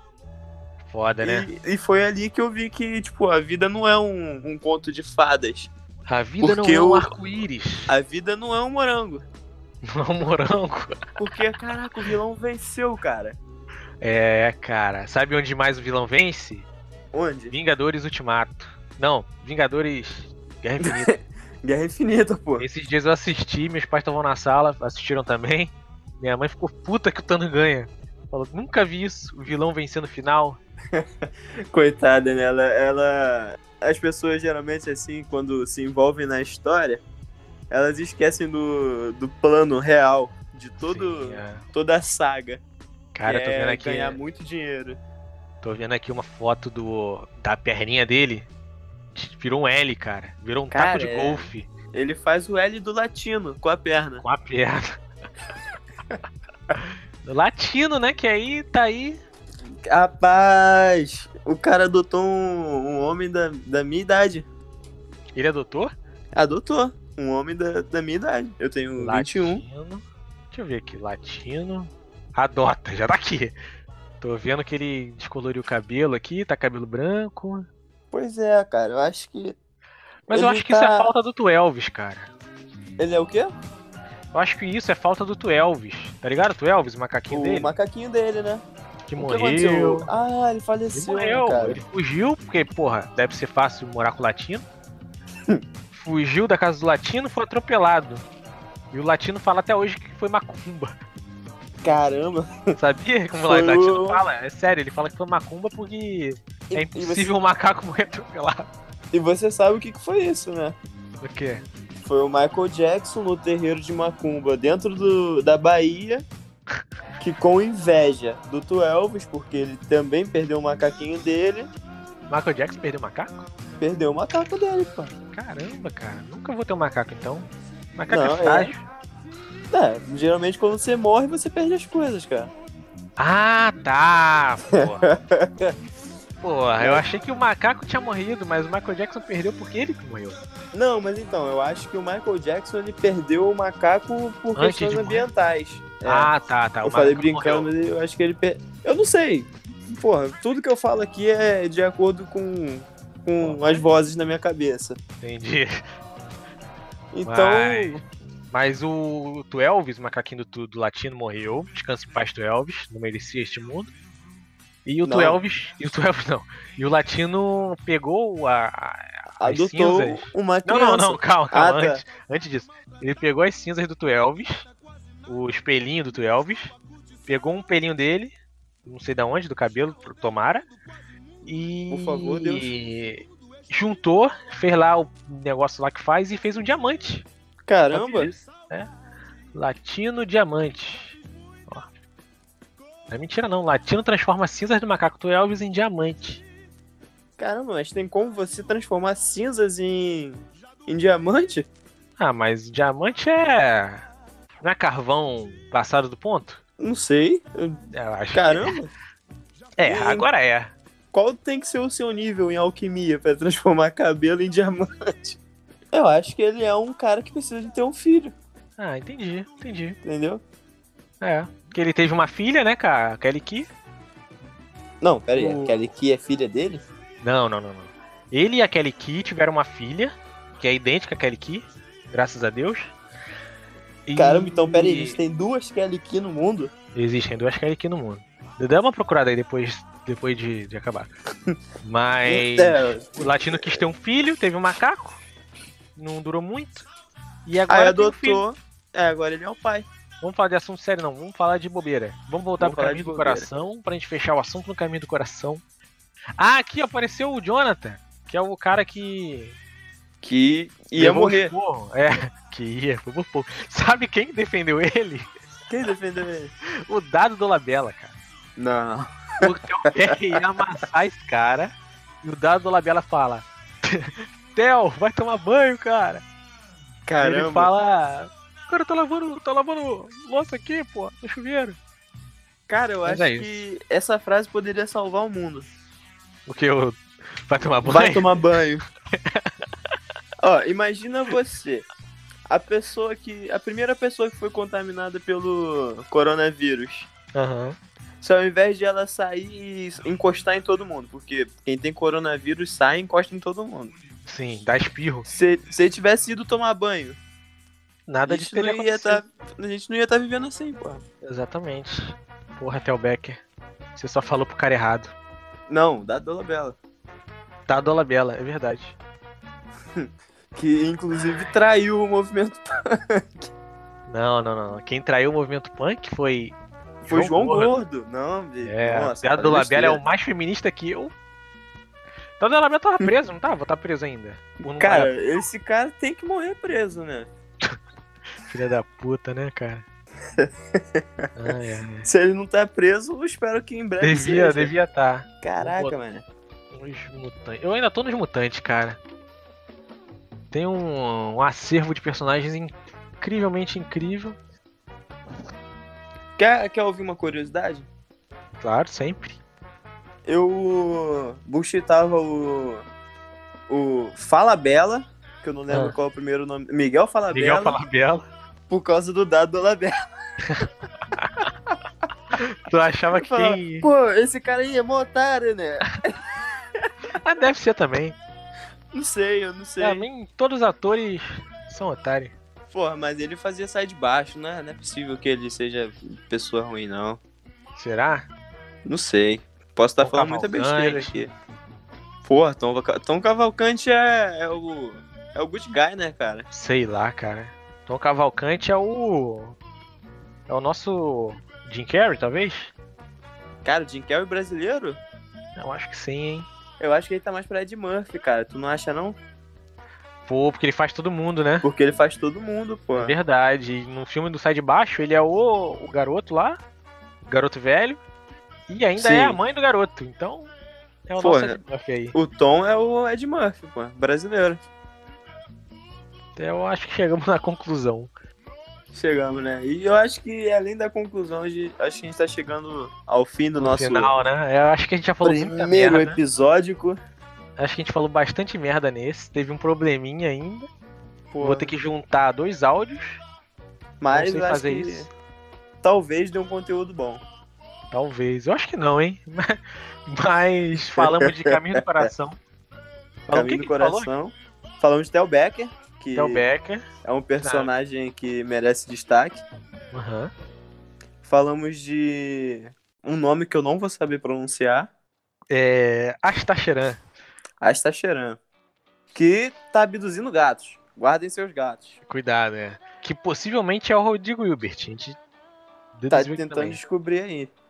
Speaker 1: Foda, né?
Speaker 2: E, e foi ali que eu vi que, tipo, a vida não é um, um conto de fadas.
Speaker 1: A vida não
Speaker 2: porque
Speaker 1: é um
Speaker 2: o-
Speaker 1: arco-íris.
Speaker 2: A vida não é um morango.
Speaker 1: Não é um morango.
Speaker 2: Porque, caraca, o vilão venceu, cara.
Speaker 1: É, cara. Sabe onde mais o vilão vence?
Speaker 2: Onde?
Speaker 1: Vingadores Ultimato. Não, Vingadores Guerra Infinita.
Speaker 2: Guerra Infinita, pô.
Speaker 1: Esses dias eu assisti, meus pais estavam na sala, assistiram também. Minha mãe ficou puta que o Thanos ganha. Falou, nunca vi isso, o vilão vencendo no final.
Speaker 2: Coitada, né? Ela, ela. As pessoas geralmente, assim, quando se envolvem na história, elas esquecem do, do plano real de todo,
Speaker 1: Sim, é.
Speaker 2: toda a saga.
Speaker 1: Cara,
Speaker 2: que
Speaker 1: tô vendo
Speaker 2: é
Speaker 1: aqui.
Speaker 2: ganhar muito dinheiro.
Speaker 1: Tô vendo aqui uma foto do da perninha dele. Virou um L, cara. Virou um
Speaker 2: Cara,
Speaker 1: taco de
Speaker 2: é.
Speaker 1: golfe
Speaker 2: Ele faz o L do latino com a perna.
Speaker 1: com a perna. Latino, né? Que aí tá aí.
Speaker 2: Rapaz, o cara adotou um, um homem da, da minha idade.
Speaker 1: Ele adotou?
Speaker 2: Adotou um homem da, da minha idade. Eu tenho vinte e um.
Speaker 1: Latino. Deixa eu ver aqui. Latino. Adota, já tá aqui. Tô vendo que ele descoloriu o cabelo aqui, tá cabelo branco.
Speaker 2: Pois é, cara, eu acho que.
Speaker 1: Mas eu
Speaker 2: Ele
Speaker 1: acho que isso é
Speaker 2: tá-
Speaker 1: falta do Tu Elvis, cara.
Speaker 2: Ele é o quê?
Speaker 1: Eu acho que isso é falta do Tu Elvis. Tá ligado? O Tu Elvis, o macaquinho
Speaker 2: O
Speaker 1: dele?
Speaker 2: macaquinho dele, né?
Speaker 1: Que
Speaker 2: O que
Speaker 1: morreu.
Speaker 2: aconteceu? Ah, ele
Speaker 1: Ele
Speaker 2: faleceu, né,
Speaker 1: morreu,
Speaker 2: cara.
Speaker 1: ele fugiu, porque, porra, deve ser fácil morar com o latino. Fugiu da casa do latino, foi atropelado. E o latino fala até hoje que foi macumba.
Speaker 2: Caramba.
Speaker 1: Sabia como
Speaker 2: Foi
Speaker 1: o latino
Speaker 2: o-
Speaker 1: fala? É sério, ele fala que foi macumba porque
Speaker 2: E-
Speaker 1: é
Speaker 2: e
Speaker 1: impossível um macaco morrer atropelado.
Speaker 2: E você sabe o que que foi isso, né?
Speaker 1: O quê?
Speaker 2: Foi o Michael Jackson no terreiro de Macumba, dentro do, da Bahia, que com inveja do Tu Elvis, porque ele também perdeu o macaquinho dele,
Speaker 1: Michael Jackson perdeu o macaco?
Speaker 2: perdeu o macaco dele, pô.
Speaker 1: Caramba, cara. Nunca vou ter um macaco então. Macaco
Speaker 2: Não,
Speaker 1: é frágil.
Speaker 2: É, geralmente quando você morre, você perde as coisas, cara.
Speaker 1: Ah, tá. Porra. Porra, eu achei que o macaco tinha morrido, mas o Michael Jackson perdeu porque ele que morreu.
Speaker 2: Não, mas então, eu acho que o Michael Jackson ele perdeu o macaco por
Speaker 1: Antes
Speaker 2: questões
Speaker 1: de morrer?
Speaker 2: ambientais. É,
Speaker 1: Ah, tá, tá. O
Speaker 2: eu falei
Speaker 1: macaco
Speaker 2: brincando,
Speaker 1: morreu.
Speaker 2: mas eu acho que ele per... Eu não sei. Porra, tudo que eu falo aqui é de acordo com, com as vozes na minha cabeça.
Speaker 1: Entendi.
Speaker 2: Então,
Speaker 1: Mas- Mas o Tu Elvis, o macaquinho do, do latino, morreu. Descanse em paz, Tu Elvis. Não merecia este mundo. E o Tu
Speaker 2: Não.
Speaker 1: Elvis. E o Tu Elvis não. E o latino pegou a, a- as
Speaker 2: adotou
Speaker 1: cinzas.
Speaker 2: uma
Speaker 1: Não,
Speaker 2: criança.
Speaker 1: não, não, calma, calma.
Speaker 2: Ah, tá.
Speaker 1: antes, antes disso. Ele pegou as cinzas do Tu Elvis, o espelhinho do Tu Elvis, pegou um pelinho dele, não sei da onde, do cabelo, tomara, E.
Speaker 2: Por favor, Deus.
Speaker 1: Juntou, fez lá o negócio lá que faz e fez um diamante.
Speaker 2: Caramba!
Speaker 1: É. Latino Diamante. Ó. Não é mentira não. Latino transforma cinzas do macaco do Elvis em diamante.
Speaker 2: Caramba, mas tem como você transformar cinzas em, em diamante?
Speaker 1: Ah, mas diamante é. Não é carvão passado do ponto?
Speaker 2: Não sei. Eu-
Speaker 1: Eu acho
Speaker 2: Caramba!
Speaker 1: que é. É, agora é.
Speaker 2: Qual tem que ser o seu nível em alquimia pra transformar cabelo em diamante? Eu acho que ele é um cara que precisa de ter um filho,
Speaker 1: Ah, entendi, entendi.
Speaker 2: entendeu?
Speaker 1: É. Que ele teve uma filha, né, com a Kelly Key.
Speaker 2: Não, pera aí,
Speaker 1: O-
Speaker 2: a Kelly Key é filha dele?
Speaker 1: Não, não, não, não. Ele e a Kelly Key tiveram uma filha, que é idêntica à Kelly Key, graças a Deus. E-
Speaker 2: Caramba, então pera aí, a gente tem duas Kelly Key no mundo?
Speaker 1: Existem duas Kelly Key no mundo. Dá uma procurada aí depois, depois de, de acabar. Mas
Speaker 2: É.
Speaker 1: o Latino quis ter um filho, teve um macaco, não durou muito. E
Speaker 2: Aí
Speaker 1: agora tem um filho.
Speaker 2: adotou. É, agora ele é o pai.
Speaker 1: Vamos falar de assunto sério não, vamos falar de bobeira. Vamos voltar
Speaker 2: Vamos
Speaker 1: pro
Speaker 2: falar
Speaker 1: caminho
Speaker 2: de
Speaker 1: do
Speaker 2: bobeira.
Speaker 1: coração, pra gente fechar o assunto no caminho do coração. Ah, aqui apareceu o Jonathan, que é o cara que
Speaker 2: Que ia
Speaker 1: levou
Speaker 2: morrer.
Speaker 1: esporro. É, que ia, foi por pouco. Sabe quem defendeu ele?
Speaker 2: Quem defendeu ele?
Speaker 1: O Dado Dolabella, cara.
Speaker 2: Não.
Speaker 1: O Theo ia amassar esse cara. E o Dado Dolabella fala: Theo, vai tomar banho, cara.
Speaker 2: Caramba.
Speaker 1: Ele fala: cara, tá lavando, tá lavando louça aqui, pô, no chuveiro.
Speaker 2: Cara, eu
Speaker 1: Mas
Speaker 2: acho
Speaker 1: é
Speaker 2: que essa frase poderia salvar o mundo.
Speaker 1: O que? O... Vai tomar banho?
Speaker 2: Vai tomar banho. Ó, imagina você. A pessoa que. A primeira pessoa que foi contaminada pelo coronavírus.
Speaker 1: Aham.
Speaker 2: Se ao invés de ela sair e encostar em todo mundo, porque quem tem coronavírus sai e encosta em todo mundo.
Speaker 1: Sim, dá espirro.
Speaker 2: Se se tivesse ido tomar banho,
Speaker 1: Nada
Speaker 2: a
Speaker 1: de
Speaker 2: gente, não
Speaker 1: teria
Speaker 2: ia
Speaker 1: acontecido.
Speaker 2: tá, a gente não ia estar vivendo assim, pô.
Speaker 1: Exatamente. Porra, Theo Becker. Você só falou pro cara errado.
Speaker 2: Não, da Dolabella.
Speaker 1: Tá, Dolabella, é verdade.
Speaker 2: Que inclusive traiu o movimento.
Speaker 1: Não, não, não. Quem traiu o movimento punk foi.
Speaker 2: Foi João Gordo. Não, bicho.
Speaker 1: É,
Speaker 2: Nossa,
Speaker 1: o Dado
Speaker 2: fala
Speaker 1: Dolabella é o
Speaker 2: besteira.
Speaker 1: mais feminista que eu. Então o Dolabella tava preso, não tava? Tá preso ainda. Por não
Speaker 2: Cara,
Speaker 1: parar.
Speaker 2: esse cara tem que morrer preso, né?
Speaker 1: Filha da puta, né, cara? Ai, ai.
Speaker 2: Se ele não tá preso, eu espero que em breve
Speaker 1: Devia,
Speaker 2: seja.
Speaker 1: devia tá.
Speaker 2: Caraca, mano.
Speaker 1: Nos mutantes. Eu ainda tô nos mutantes, cara. Tem um, um acervo de personagens incrivelmente incrível.
Speaker 2: Quer, quer ouvir uma curiosidade?
Speaker 1: Claro, sempre.
Speaker 2: Eu buchitava o. O Falabella, que eu não lembro
Speaker 1: Ah.
Speaker 2: qual é o primeiro nome. Miguel Falabella,
Speaker 1: Miguel Falabella.
Speaker 2: por causa do Dado Dolabella.
Speaker 1: Tu achava que
Speaker 2: Eu falava,
Speaker 1: quem.
Speaker 2: Pô, esse cara aí é mó otário, né?
Speaker 1: Ah, deve ser também.
Speaker 2: Não sei, eu não sei.
Speaker 1: Pra mim, todos os atores são otários.
Speaker 2: Porra, mas ele fazia sair de baixo, né? Não é possível que ele seja pessoa ruim, não.
Speaker 1: Será?
Speaker 2: Não sei. Posso estar
Speaker 1: Tom
Speaker 2: falando muita besteira
Speaker 1: Cavalcante.
Speaker 2: aqui. Porra, Tom, Vaca- Tom Cavalcante é, é o. É o good guy, né, cara?
Speaker 1: Sei lá, cara. Tom Cavalcante é o. É o nosso Jim Carrey, talvez?
Speaker 2: Cara, o Jim Carrey brasileiro?
Speaker 1: Eu acho que sim, hein?
Speaker 2: Eu acho que ele tá mais pra Ed Murphy, cara. Tu não acha, não?
Speaker 1: Pô, porque ele faz todo mundo, né?
Speaker 2: Porque ele faz todo mundo, pô.
Speaker 1: É verdade. E no filme do Sai de Baixo, ele é o, o garoto lá, o garoto velho, e ainda
Speaker 2: Sim.
Speaker 1: é a mãe do garoto. Então, é o
Speaker 2: Porra.
Speaker 1: nosso Ed Murphy aí.
Speaker 2: O Tom é o Ed Murphy, pô. Brasileiro.
Speaker 1: Então, eu acho que chegamos na conclusão.
Speaker 2: Chegamos, né? E eu acho que, além da conclusão, a gente- acho que a gente tá chegando ao fim do
Speaker 1: No
Speaker 2: nosso
Speaker 1: final, né? Eu acho que a gente já falou muita
Speaker 2: primeiro
Speaker 1: merda.
Speaker 2: episódio.
Speaker 1: Acho que a gente falou bastante merda nesse. Teve um probleminha ainda.
Speaker 2: Pô,
Speaker 1: Vou ter que juntar dois áudios.
Speaker 2: mas
Speaker 1: não sei
Speaker 2: eu acho
Speaker 1: fazer
Speaker 2: que
Speaker 1: isso.
Speaker 2: talvez dê um conteúdo bom.
Speaker 1: Talvez. Eu acho que não, hein? Mas falamos de Caminho do Coração. Falou
Speaker 2: Caminho
Speaker 1: quem
Speaker 2: do
Speaker 1: que falou?
Speaker 2: Coração. Falamos de Theo Becker, que
Speaker 1: Theo Becker.
Speaker 2: é um personagem que merece destaque.
Speaker 1: Aham.
Speaker 2: Falamos de um nome que eu não vou saber pronunciar.
Speaker 1: É. Astacheran.
Speaker 2: Astacheran. Que tá abduzindo gatos. Guardem seus gatos.
Speaker 1: Cuidado, né? Que possivelmente é o Rodrigo Hilbert. A gente
Speaker 2: Tá
Speaker 1: deduziu aqui
Speaker 2: tentando
Speaker 1: também.
Speaker 2: descobrir aí.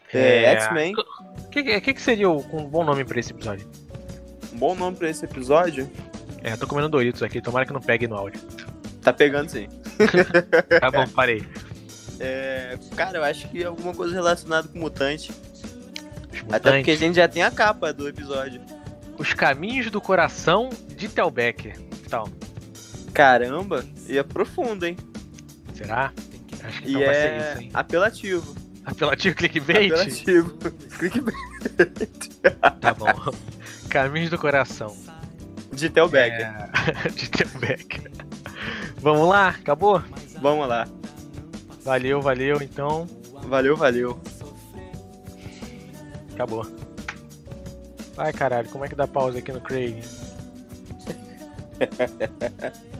Speaker 2: É, X-Men.
Speaker 1: O que, que, que seria o, um bom nome pra esse episódio?
Speaker 2: Um bom nome pra esse episódio?
Speaker 1: É, eu tô comendo Doritos aqui, tomara que não pegue no áudio.
Speaker 2: Tá pegando sim.
Speaker 1: Tá bom, parei.
Speaker 2: É, cara, eu acho que alguma coisa relacionada com mutante.
Speaker 1: Os
Speaker 2: Até
Speaker 1: mutantes.
Speaker 2: porque a gente já tem a capa do episódio.
Speaker 1: Os Caminhos do Coração de Tel Becker. Que tal?
Speaker 2: Caramba, e é profundo, hein?
Speaker 1: Será? Acho que
Speaker 2: E
Speaker 1: então vai ser
Speaker 2: é
Speaker 1: isso, hein?
Speaker 2: apelativo.
Speaker 1: Apelativo clickbait?
Speaker 2: Apelativo. Clickbait.
Speaker 1: Tá bom. Caminhos do Coração.
Speaker 2: De Tel Becker.
Speaker 1: É... de Tel Becker. Vamos lá? Acabou?
Speaker 2: Vamos lá.
Speaker 1: Valeu, valeu, então.
Speaker 2: Valeu, valeu.
Speaker 1: Acabou. Ai, caralho, como é que dá pausa aqui no Craig?